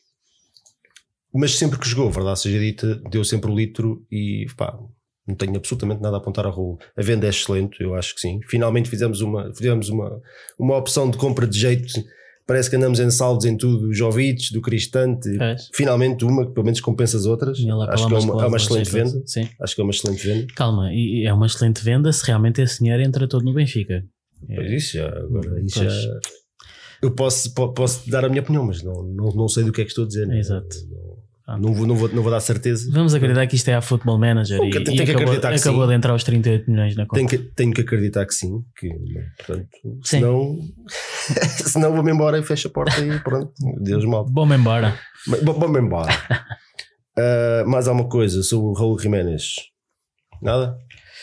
S2: Mas sempre que jogou, verdade seja dita, deu sempre o litro e pá, não tenho absolutamente nada a apontar a rolo. A venda é excelente, eu acho que sim. Finalmente fizemos uma, fizemos uma, uma opção de compra de jeito. Parece que andamos em saldos em tudo, o Jovic, do Cristante, é. Finalmente uma que pelo menos compensa as outras. Acho que é uma, é uma excelente venda. Sim. Acho que é uma excelente venda.
S3: Calma, e é uma excelente venda se realmente esse dinheiro entra todo no Benfica.
S2: Pois isso já, agora, isso já eu posso, posso dar a minha opinião, mas não, não, não sei do que é que estou a dizer.
S3: Né? Exato.
S2: Não, não, vou, não, vou, não vou dar certeza.
S3: Vamos acreditar que isto é a Football Manager e,
S2: tem, tem
S3: e
S2: que
S3: acabou,
S2: acreditar que
S3: acabou
S2: sim.
S3: de entrar aos trinta e oito milhões na conta.
S2: Tenho que, tenho que acreditar que sim, que, portanto, senão, senão vou-me embora e fecho a porta e pronto, Deus mal.
S3: Vou-me embora.
S2: Vou-me embora. uh, mais alguma coisa sobre o Raul Jiménez? Nada?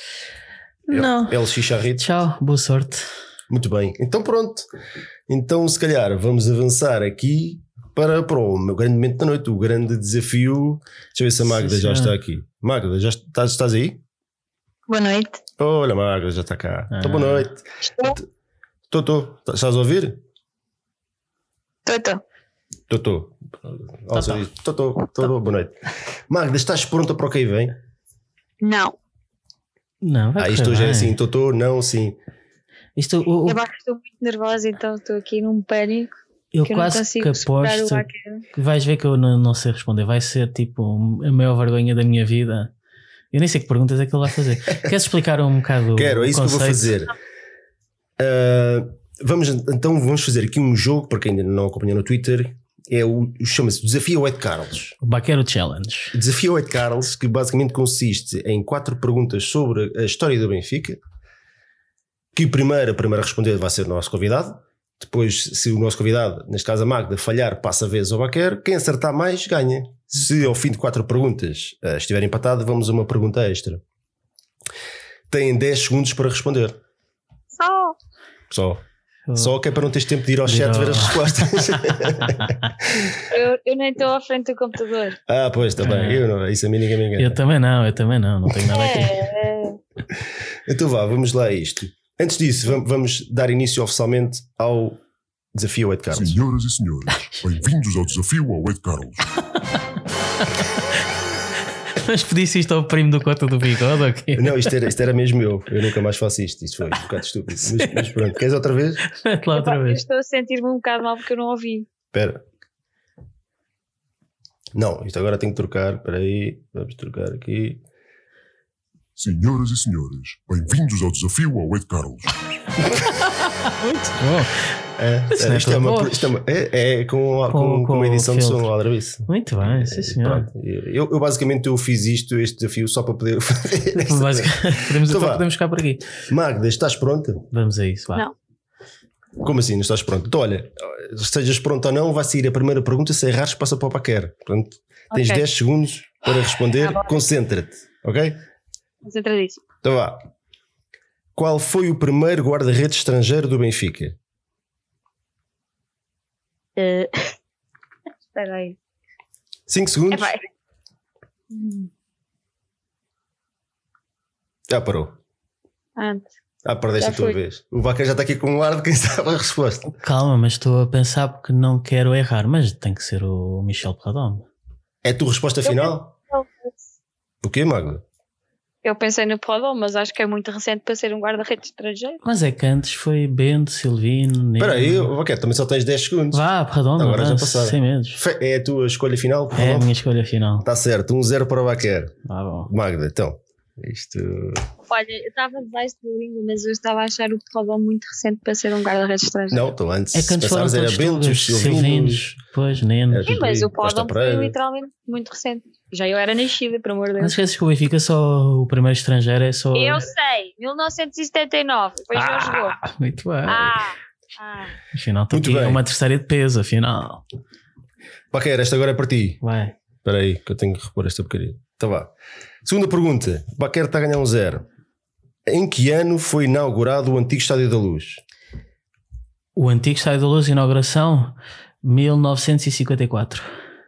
S3: Não.
S2: El Chicharrito.
S3: Tchau, boa sorte.
S2: Muito bem, então pronto. Então se calhar vamos avançar aqui para, para o meu grande momento da noite, o grande desafio. Deixa eu ver se a Magda Sim, já está aqui. Magda, já estás, estás aí?
S4: Boa noite.
S2: Olha, Magda, já está cá. Ah. Então, boa noite. Estou, estou. Estás a ouvir?
S4: Estou, estou.
S2: Estou, estou. Estou, estou. Boa noite. Magda, estás pronta para o que aí vem?
S4: Não.
S3: Não, vai
S2: Ah, isto hoje é assim, estou, estou, não, sim.
S3: Isto, o, o...
S4: Eu acho que estou muito nervosa, então estou aqui num pânico.
S3: Eu
S4: que
S3: quase
S4: eu
S3: que aposto que vais ver que eu não, não sei responder. Vai ser tipo a maior vergonha da minha vida. Eu nem sei que perguntas é que ele vai fazer. Queres explicar um bocado?
S2: Quero,
S3: o
S2: é isso
S3: conceito?
S2: Que eu vou fazer. Uh, vamos, então vamos fazer aqui um jogo, para quem ainda não acompanhou no Twitter. É o, chama-se Desafio ao Ed Carlos.
S3: O Baquero Challenge.
S2: Desafio ao Ed Carlos, que basicamente consiste em quatro perguntas sobre a história do Benfica. Que primeiro, a primeira a responder vai ser o nosso convidado. Depois, se o nosso convidado, neste caso a Magda, falhar, passa a vez ao Baquero. Quem acertar mais, ganha. Se ao fim de quatro perguntas uh, estiver empatado, vamos a uma pergunta extra. Têm dez segundos para responder.
S4: Só.
S2: Só. Oh. Só que é para não teres tempo de ir ao chat ver as respostas.
S4: eu, eu nem estou à frente do computador.
S2: Ah, pois, está bem. Eu não, isso a mim ninguém me engana.
S3: Eu também não, eu também não. Não tenho nada aqui.
S4: É.
S2: Então vá, vamos lá a isto. Antes disso, vamos dar início oficialmente ao Desafio ao Ed Carlos.
S5: Senhoras e senhores, bem-vindos ao Desafio ao Ed Carlos.
S3: Mas pedisse isto ao primo do Cota do Bigode ou quê?
S2: Não, isto era, isto era mesmo eu. Eu nunca mais faço isto. Isto foi um bocado estúpido. Mas, mas pronto, queres outra vez?
S3: Lá outra
S4: eu,
S3: vez.
S4: Eu estou a sentir-me um bocado mal porque eu não ouvi.
S2: Espera. Não, isto agora tem que trocar. Espera aí, vamos trocar aqui.
S5: Senhoras e senhores, bem-vindos ao Desafio ao Ed Carlos.
S3: Muito bom.
S2: É, é, isto, é uma, isto é, uma, é, é com, com, com, com uma edição de som ao isso.
S3: Muito bem, sim senhor.
S2: Eu, eu basicamente eu fiz isto, este desafio, só para poder fazer.
S3: podemos, então podemos ficar por aqui.
S2: Magda, estás pronta?
S3: Vamos a isso, vá.
S4: Não.
S2: Como assim, não estás pronta? Então, olha, estejas pronta ou não, vai sair a primeira pergunta. Se errares, passa para o Baquero. Portanto, tens okay. dez segundos para responder. Ah, concentra-te, ok?
S4: Concentradíssimo.
S2: Então vá. Qual foi o primeiro guarda-redes estrangeiro do Benfica?
S4: Uh... Espera aí.
S2: cinco segundos.
S4: É,
S2: já parou.
S4: Antes.
S2: Ah, perdeste a tua vez. O Baquero já está aqui com um ar de quem sabe a resposta.
S3: Calma, mas estou a pensar porque não quero errar. Mas tem que ser o Michel Pradome.
S2: É a tua resposta final? O quê, Magda?
S4: Eu pensei no Pradome, mas acho que é muito recente para ser um guarda-redes estrangeiro.
S3: Mas é que antes foi Bento, Silvino...
S2: Espera aí, Baquero, também só tens dez segundos.
S3: Vá, Pradome,
S2: agora já
S3: passaram. Sem medos.
S2: É a tua escolha final?
S3: É a minha escolha final.
S2: Está certo, um zero para o Baquero.
S3: Ah, bom.
S2: Magda, então, Isto.
S4: Olha, eu estava debaixo da língua, mas eu estava a achar o Portugal muito recente para ser um guarda-redes estrangeiro.
S2: Não, então antes
S3: É que antes foram
S2: pensares,
S3: todos
S2: era Bentes,
S3: Silvinos,
S2: Silvinos.
S3: pois, Nenos.
S2: Era
S4: Sim,
S2: tudo
S4: mas
S2: aí,
S4: o
S2: Costa
S4: Podom foi
S2: Pereira.
S4: literalmente muito recente. Já eu era nascida, por amor de
S3: Não
S4: Deus.
S3: esqueces que o Benfica só o primeiro estrangeiro é só.
S4: Eu sei, mil novecentos e setenta e nove, foi Jorge Gomes.
S3: Ah, muito bem.
S4: Ah, ah.
S3: Afinal, estou
S2: Muito
S3: aqui
S2: bem.
S3: uma terceira de peso, afinal.
S2: Baquer, esta agora é para ti.
S3: Vai.
S2: Espera aí, que eu tenho que repor esta porcaria. Então vá. Segunda pergunta. Baquer está a ganhar um zero. Em que ano foi inaugurado o antigo Estádio da Luz?
S3: O antigo Estádio da Luz, inauguração, mil novecentos e cinquenta e quatro.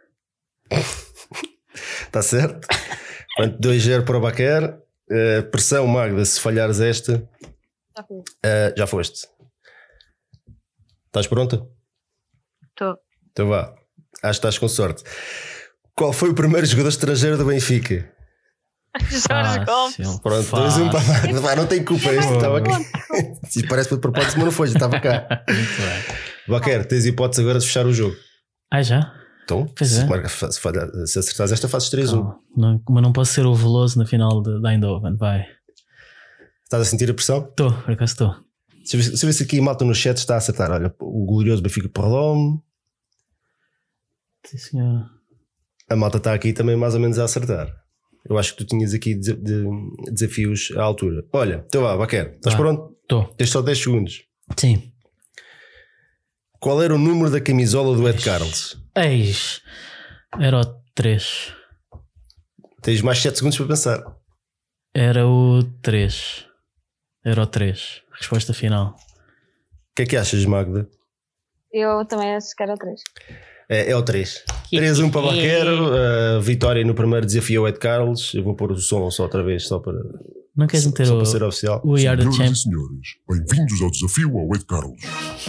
S2: Está certo? Portanto, dois a zero para o Baquer. Uh, pressão, Magda, se falhares esta,
S4: Já fui.
S2: uh, já foste. Estás pronta?
S4: Estou.
S2: Então vá. Acho que estás com sorte. Qual foi o primeiro jogador estrangeiro do Benfica?
S4: Jorge Gomes.
S3: Fácil,
S2: Pronto, dois a um para a
S3: fácil.
S2: Magda. Vá, não tem culpa. Este estava aqui. Isto parece para de propósito, mas não foi, já estava cá.
S3: Muito bem.
S2: Baquer, tens hipótese agora de fechar o jogo.
S3: Ah, já?
S2: Então,
S3: Pois
S2: se,
S3: é.
S2: marca- se, falha- se acertares esta, fazes três a um.
S3: Calma. Não, mas não posso ser o Veloso na final de, de Eindhoven, vai.
S2: Estás a sentir a pressão?
S3: Estou, por acaso estou.
S2: Deixa eu ver- deixa eu ver se aqui a malta no chat está a acertar. Olha, o glorioso Benfica Perlome.
S3: Sim, senhor.
S2: A malta está aqui também mais ou menos a acertar. Eu acho que tu tinhas aqui de- de- desafios à altura. Olha, então vá, Baquer, estás
S3: Vá.
S2: pronto?
S3: Estou.
S2: Tens só dez segundos.
S3: Sim.
S2: Qual era o número da camisola do Ed Carlos?
S3: Eis. Era o três.
S2: Tens mais sete segundos para pensar.
S3: Era o três. Era o três. Resposta final.
S2: O que é que achas, Magda?
S4: Eu também acho que era o três.
S2: É, é o três. três a um para Baquero. A vitória no primeiro desafio ao Ed Carlos. Eu vou pôr o som só outra vez, só para,
S3: Não queres meter
S2: só
S3: o,
S2: para ser oficial.
S3: o We Are the
S5: Senhoras e
S3: Champ?
S5: senhores, bem-vindos ao desafio ao Ed Carlos.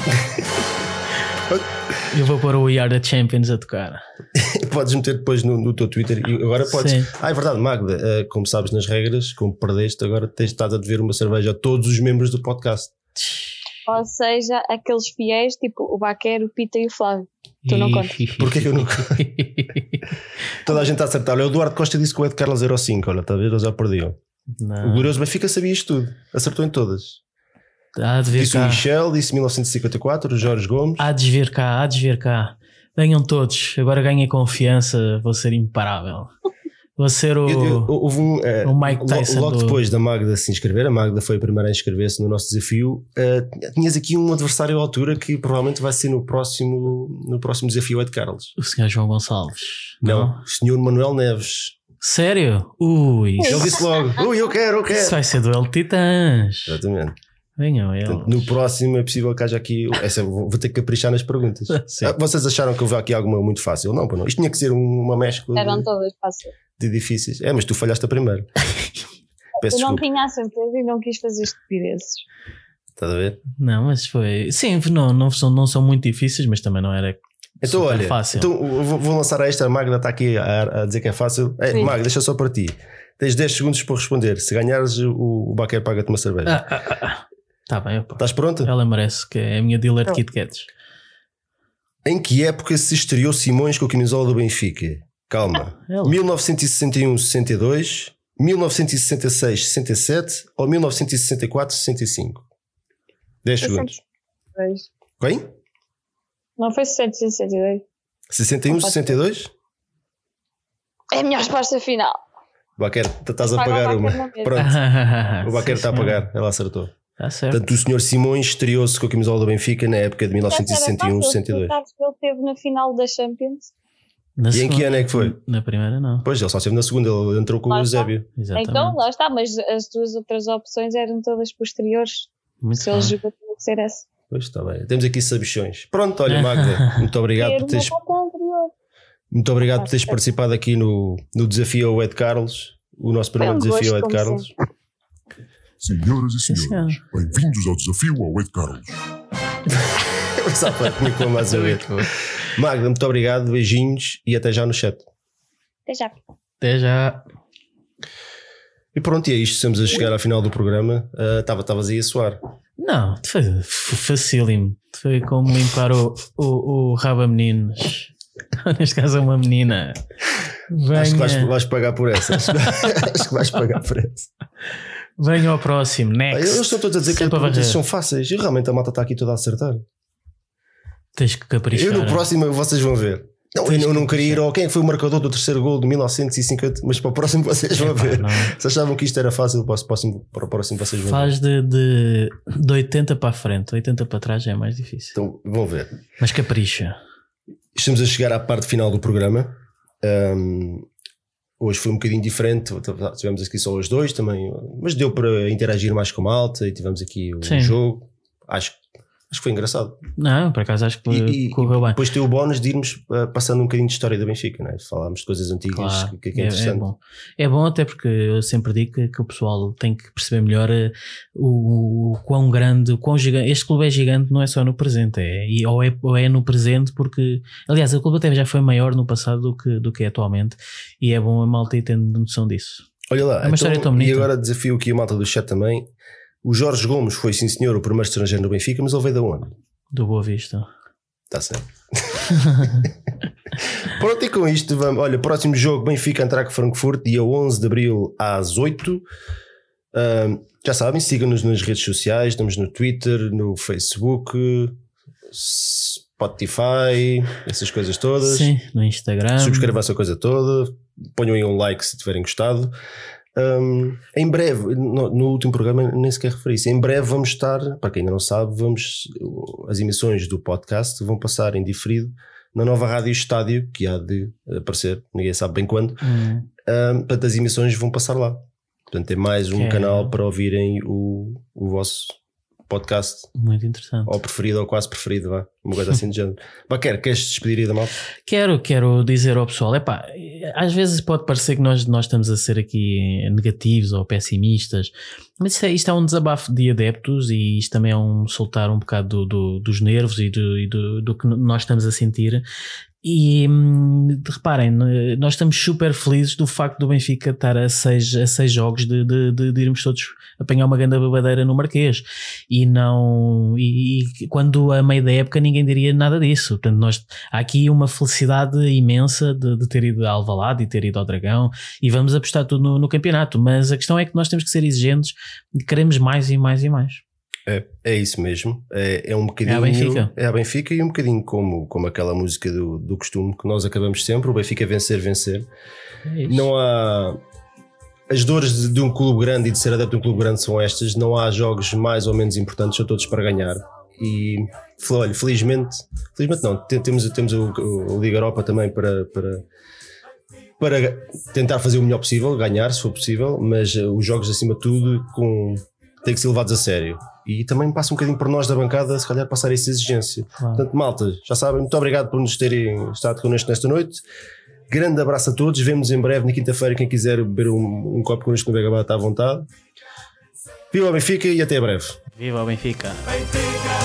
S3: Eu vou pôr o We Are the Champions a tocar.
S2: Podes meter depois no, no teu Twitter e agora podes.
S3: Sim.
S2: Ah, é verdade, Magda, eh, como sabes nas regras, como perdeste, agora tens estado a dever uma cerveja a todos os membros do podcast.
S4: Ou seja, aqueles fiéis, tipo o Baquer, o Pita e o Flávio. Tu não contas.
S2: Porquê que eu não- Toda a gente está a acertar. Olha, o Eduardo Costa disse que o Ed Carlos era o cinco. Olha, está a ver? Eles já perdiam. O
S3: Não.
S2: glorioso Benfica sabia isto tudo. Acertou em todas.
S3: Há de vir
S2: Disse o
S3: cá.
S2: Michel, disse mil novecentos e cinquenta e quatro, o Jorge Gomes.
S3: Há de vir cá, há de vir cá. Venham todos. Agora ganhei confiança. Vou ser imparável. Vou ser o.
S2: Eu- eu- houve um, eh,
S3: o Mike
S2: lo-
S3: Tyson
S2: logo
S3: do-
S2: depois da Magda se inscrever, a Magda foi a primeira a inscrever-se no nosso desafio. eh, tinhas aqui um adversário à altura que provavelmente vai ser no próximo, no próximo desafio Ed Carlos.
S3: O senhor João Gonçalves.
S2: Não, o senhor Manuel Neves.
S3: Sério? Ui.
S2: Ele disse logo: Ui, eu quero, eu
S3: Isso
S2: quero.
S3: vai ser duelo de titãs.
S2: Exatamente.
S3: Venham
S2: Portanto,
S3: eles.
S2: no próximo é possível que haja aqui. Essa, vou vou ter que caprichar nas perguntas.
S3: Sim.
S2: Ah, vocês acharam que houve aqui alguma muito fácil? Não, pô, não. Isto tinha que ser um- uma mescla
S4: Eram
S2: de,
S4: todas fáceis.
S2: de difíceis. É, mas tu falhaste a primeira. Peço
S4: Eu não
S2: desculpa.
S4: tinha a certeza e não quis fazer estupidezes.
S2: Estás a ver?
S3: Não, mas foi. Sim, não, não, são, não são muito difíceis, mas também não era.
S2: Então,
S3: super
S2: olha,
S3: fácil.
S2: então eu vou, vou lançar a esta. A Magda está aqui a, a dizer que é fácil. É,
S4: Sim.
S2: Magda, deixa só para ti. Tens dez segundos para responder. Se ganhares, o, o Baquer paga-te uma cerveja.
S3: Ah, ah, ah, ah. Tá bem, opa.
S2: Estás pronta?
S3: Ela merece, que é a minha dealer de
S4: Tô.
S3: Kit Kats.
S2: Em que época se estreou Simões com a camisola do Benfica? Calma.
S3: Ela.
S2: mil novecentos e sessenta e um, sessenta e dois, mil novecentos e sessenta e seis, sessenta e sete ou mil novecentos e sessenta e quatro, sessenta e cinco? dez segundos.
S4: Dois.
S2: Quem?
S4: Não foi seiscentos e sessenta e dois?
S2: sessenta e um, sessenta e dois?
S4: É a minha resposta final.
S2: Baquer, tu estás a
S4: Paga o
S2: pagar
S4: Baquer
S2: uma.
S4: na mesma.
S2: Pronto, o Baquer
S3: Sim,
S2: está a
S3: senhor.
S2: pagar. Ela acertou.
S3: Está certo.
S2: Portanto, o senhor Simões estreou-se com a camisola do Benfica na época de mil novecentos e sessenta e um, sessenta e dois.
S4: Sabes que ele esteve na final da Champions?
S3: Na
S2: E em que
S3: segunda-
S2: ano é que foi?
S3: Na primeira, não.
S2: Pois, ele só esteve na segunda, ele entrou com o
S4: Lá está.
S2: Eusébio.
S3: Exatamente.
S4: Então, lá está, mas as duas outras opções eram todas posteriores.
S3: Muito
S4: Se ele
S3: bem.
S4: jogou, tinha que ser essa.
S2: Pois está bem. Temos aqui sabichões. Pronto, olha, Magda, muito obrigado
S4: Ter
S2: por
S4: uma
S2: teres,
S4: conta anterior.
S2: muito obrigado por teres participado aqui no, no desafio ao Ed Carlos, o nosso primeiro
S4: um
S2: desafio ao
S4: gosto,
S2: Ed
S4: como
S2: Carlos.
S5: Senhoras e
S3: Sim,
S5: senhores,
S3: senhor.
S5: bem-vindos ao desafio ao Ed Carlos.
S2: Só para comigo com mais uma vez. Magda, muito obrigado, beijinhos e até já no chat.
S4: Até já.
S3: Até já.
S2: E pronto, e é isto, estamos a chegar ao final do programa. Estava estavas aí a suar.
S3: Não, foi f- facílimo. Foi como limpar o, o, o rabo a meninos. Neste caso é uma menina. Venha,
S2: Acho que vais, vais pagar por essa. Acho, acho que vais pagar por essa.
S3: venha ao próximo,
S2: Eu,
S3: next.
S2: eu estou todos a dizer que as
S3: Sempre a
S2: perguntas
S3: varrer.
S2: são fáceis e realmente a malta está aqui toda a acertar.
S3: Tens que caprichar.
S2: Eu no próximo vocês vão ver. Não,
S3: Tens
S2: eu não
S3: que
S2: queria ir ao quem é que foi o marcador do terceiro gol de mil novecentos e cinquenta, mas para o próximo vocês vão
S3: Epá,
S2: ver.
S3: não.
S2: Se achavam que isto era fácil, para o próximo, para o próximo vocês vão ver.
S3: Faz de, de, de oitenta para a frente, oitenta para trás já é mais difícil.
S2: Então vão ver.
S3: Mas capricha.
S2: Estamos a chegar à parte final do programa. Um, hoje foi um bocadinho diferente. Tivemos aqui só os dois também, mas deu para interagir mais com a malta e tivemos aqui o
S3: Sim.
S2: jogo. Acho, acho que foi engraçado.
S3: Não, por acaso acho que
S2: E, e,
S3: correu
S2: e
S3: bem.
S2: depois tem o bónus de irmos uh, passando um bocadinho de história da Benfica, não é? Falámos de coisas antigas
S3: Claro,
S2: que, que é
S3: é,
S2: interessante.
S3: é bom. É bom até porque eu sempre digo que, que o pessoal tem que perceber melhor eh, o, o quão grande, o quão gigante. Este clube é gigante, não é só no presente, é, e, ou, é, ou é no presente, porque aliás o clube até já foi maior no passado do que, do que é atualmente, e é bom a malta ir tendo noção disso.
S2: Olha lá,
S3: É uma história tão
S2: e
S3: bonita.
S2: agora desafio aqui a malta do chat também. O Jorge Gomes foi, sim senhor, o primeiro estrangeiro no Benfica, mas ele veio de onde?
S3: Do Boa Vista.
S2: Está certo. Pronto, e com isto vamos. Olha, próximo jogo: Benfica Eintracht Frankfurt, dia onze de abril às oito. Um, já sabem, sigam-nos nas redes sociais. Estamos no Twitter, no Facebook, Spotify, essas coisas todas.
S3: Sim, no Instagram.
S2: Subscrevam essa coisa toda. Ponham aí um like se tiverem gostado. Um, em breve, no, no último programa nem sequer referi isso. Em breve vamos estar, para quem ainda não sabe, vamos, as emissões do podcast vão passar em diferido na nova Rádio Estádio, que há de aparecer, ninguém sabe bem quando.
S3: Hum.
S2: Um, portanto, as emissões vão passar lá. Portanto, tem mais um
S3: Que é-
S2: canal para ouvirem o, o vosso podcast,
S3: Muito interessante.
S2: ou preferido ou quase preferido, vá, uma coisa assim de género. Pá, quer, queres despedir aí da malta?
S3: Quero, quero dizer ao pessoal, epá, às vezes pode parecer que nós, nós estamos a ser aqui negativos ou pessimistas, mas isto é, isto é um desabafo de adeptos e isto também é um soltar um bocado do, do, dos nervos e, do, e do, do que nós estamos a sentir. E hum, reparem, nós estamos super felizes do facto do Benfica estar a seis, a seis jogos de, de, de, de irmos todos apanhar uma grande babadeira no Marquês, e não e, e quando a meio da época ninguém diria nada disso. Portanto, nós, há aqui uma felicidade imensa de, de ter ido a Alvalade e ter ido ao Dragão, e vamos apostar tudo no, no campeonato, mas a questão é que nós temos que ser exigentes e queremos mais e mais e mais.
S2: É, é isso mesmo. É, é um bocadinho.
S3: É a Benfica.
S2: É a Benfica e um bocadinho como, como aquela música do, do costume que nós acabamos sempre: o Benfica vencer, vencer.
S3: É isso.
S2: Não há. As dores de, de um clube grande e de ser adepto de um clube grande são estas. Não há jogos mais ou menos importantes, são todos para ganhar. E olha, felizmente, felizmente não, temos, temos o, o, o Liga Europa também para. para para tentar fazer o melhor possível, ganhar se for possível, mas uh, os jogos acima de tudo com, têm que ser levados a sério. E também passa um bocadinho por nós da bancada, se calhar, passar essa exigência.
S3: Claro.
S2: Portanto, malta, já sabem, muito obrigado por nos terem estado connosco nesta noite. Grande abraço a todos. Vemo-nos em breve na quinta-feira. Quem quiser beber um, um copo connosco no Vega Bata à vontade. Viva o Benfica e até breve.
S3: Viva o Benfica!
S1: Benfica,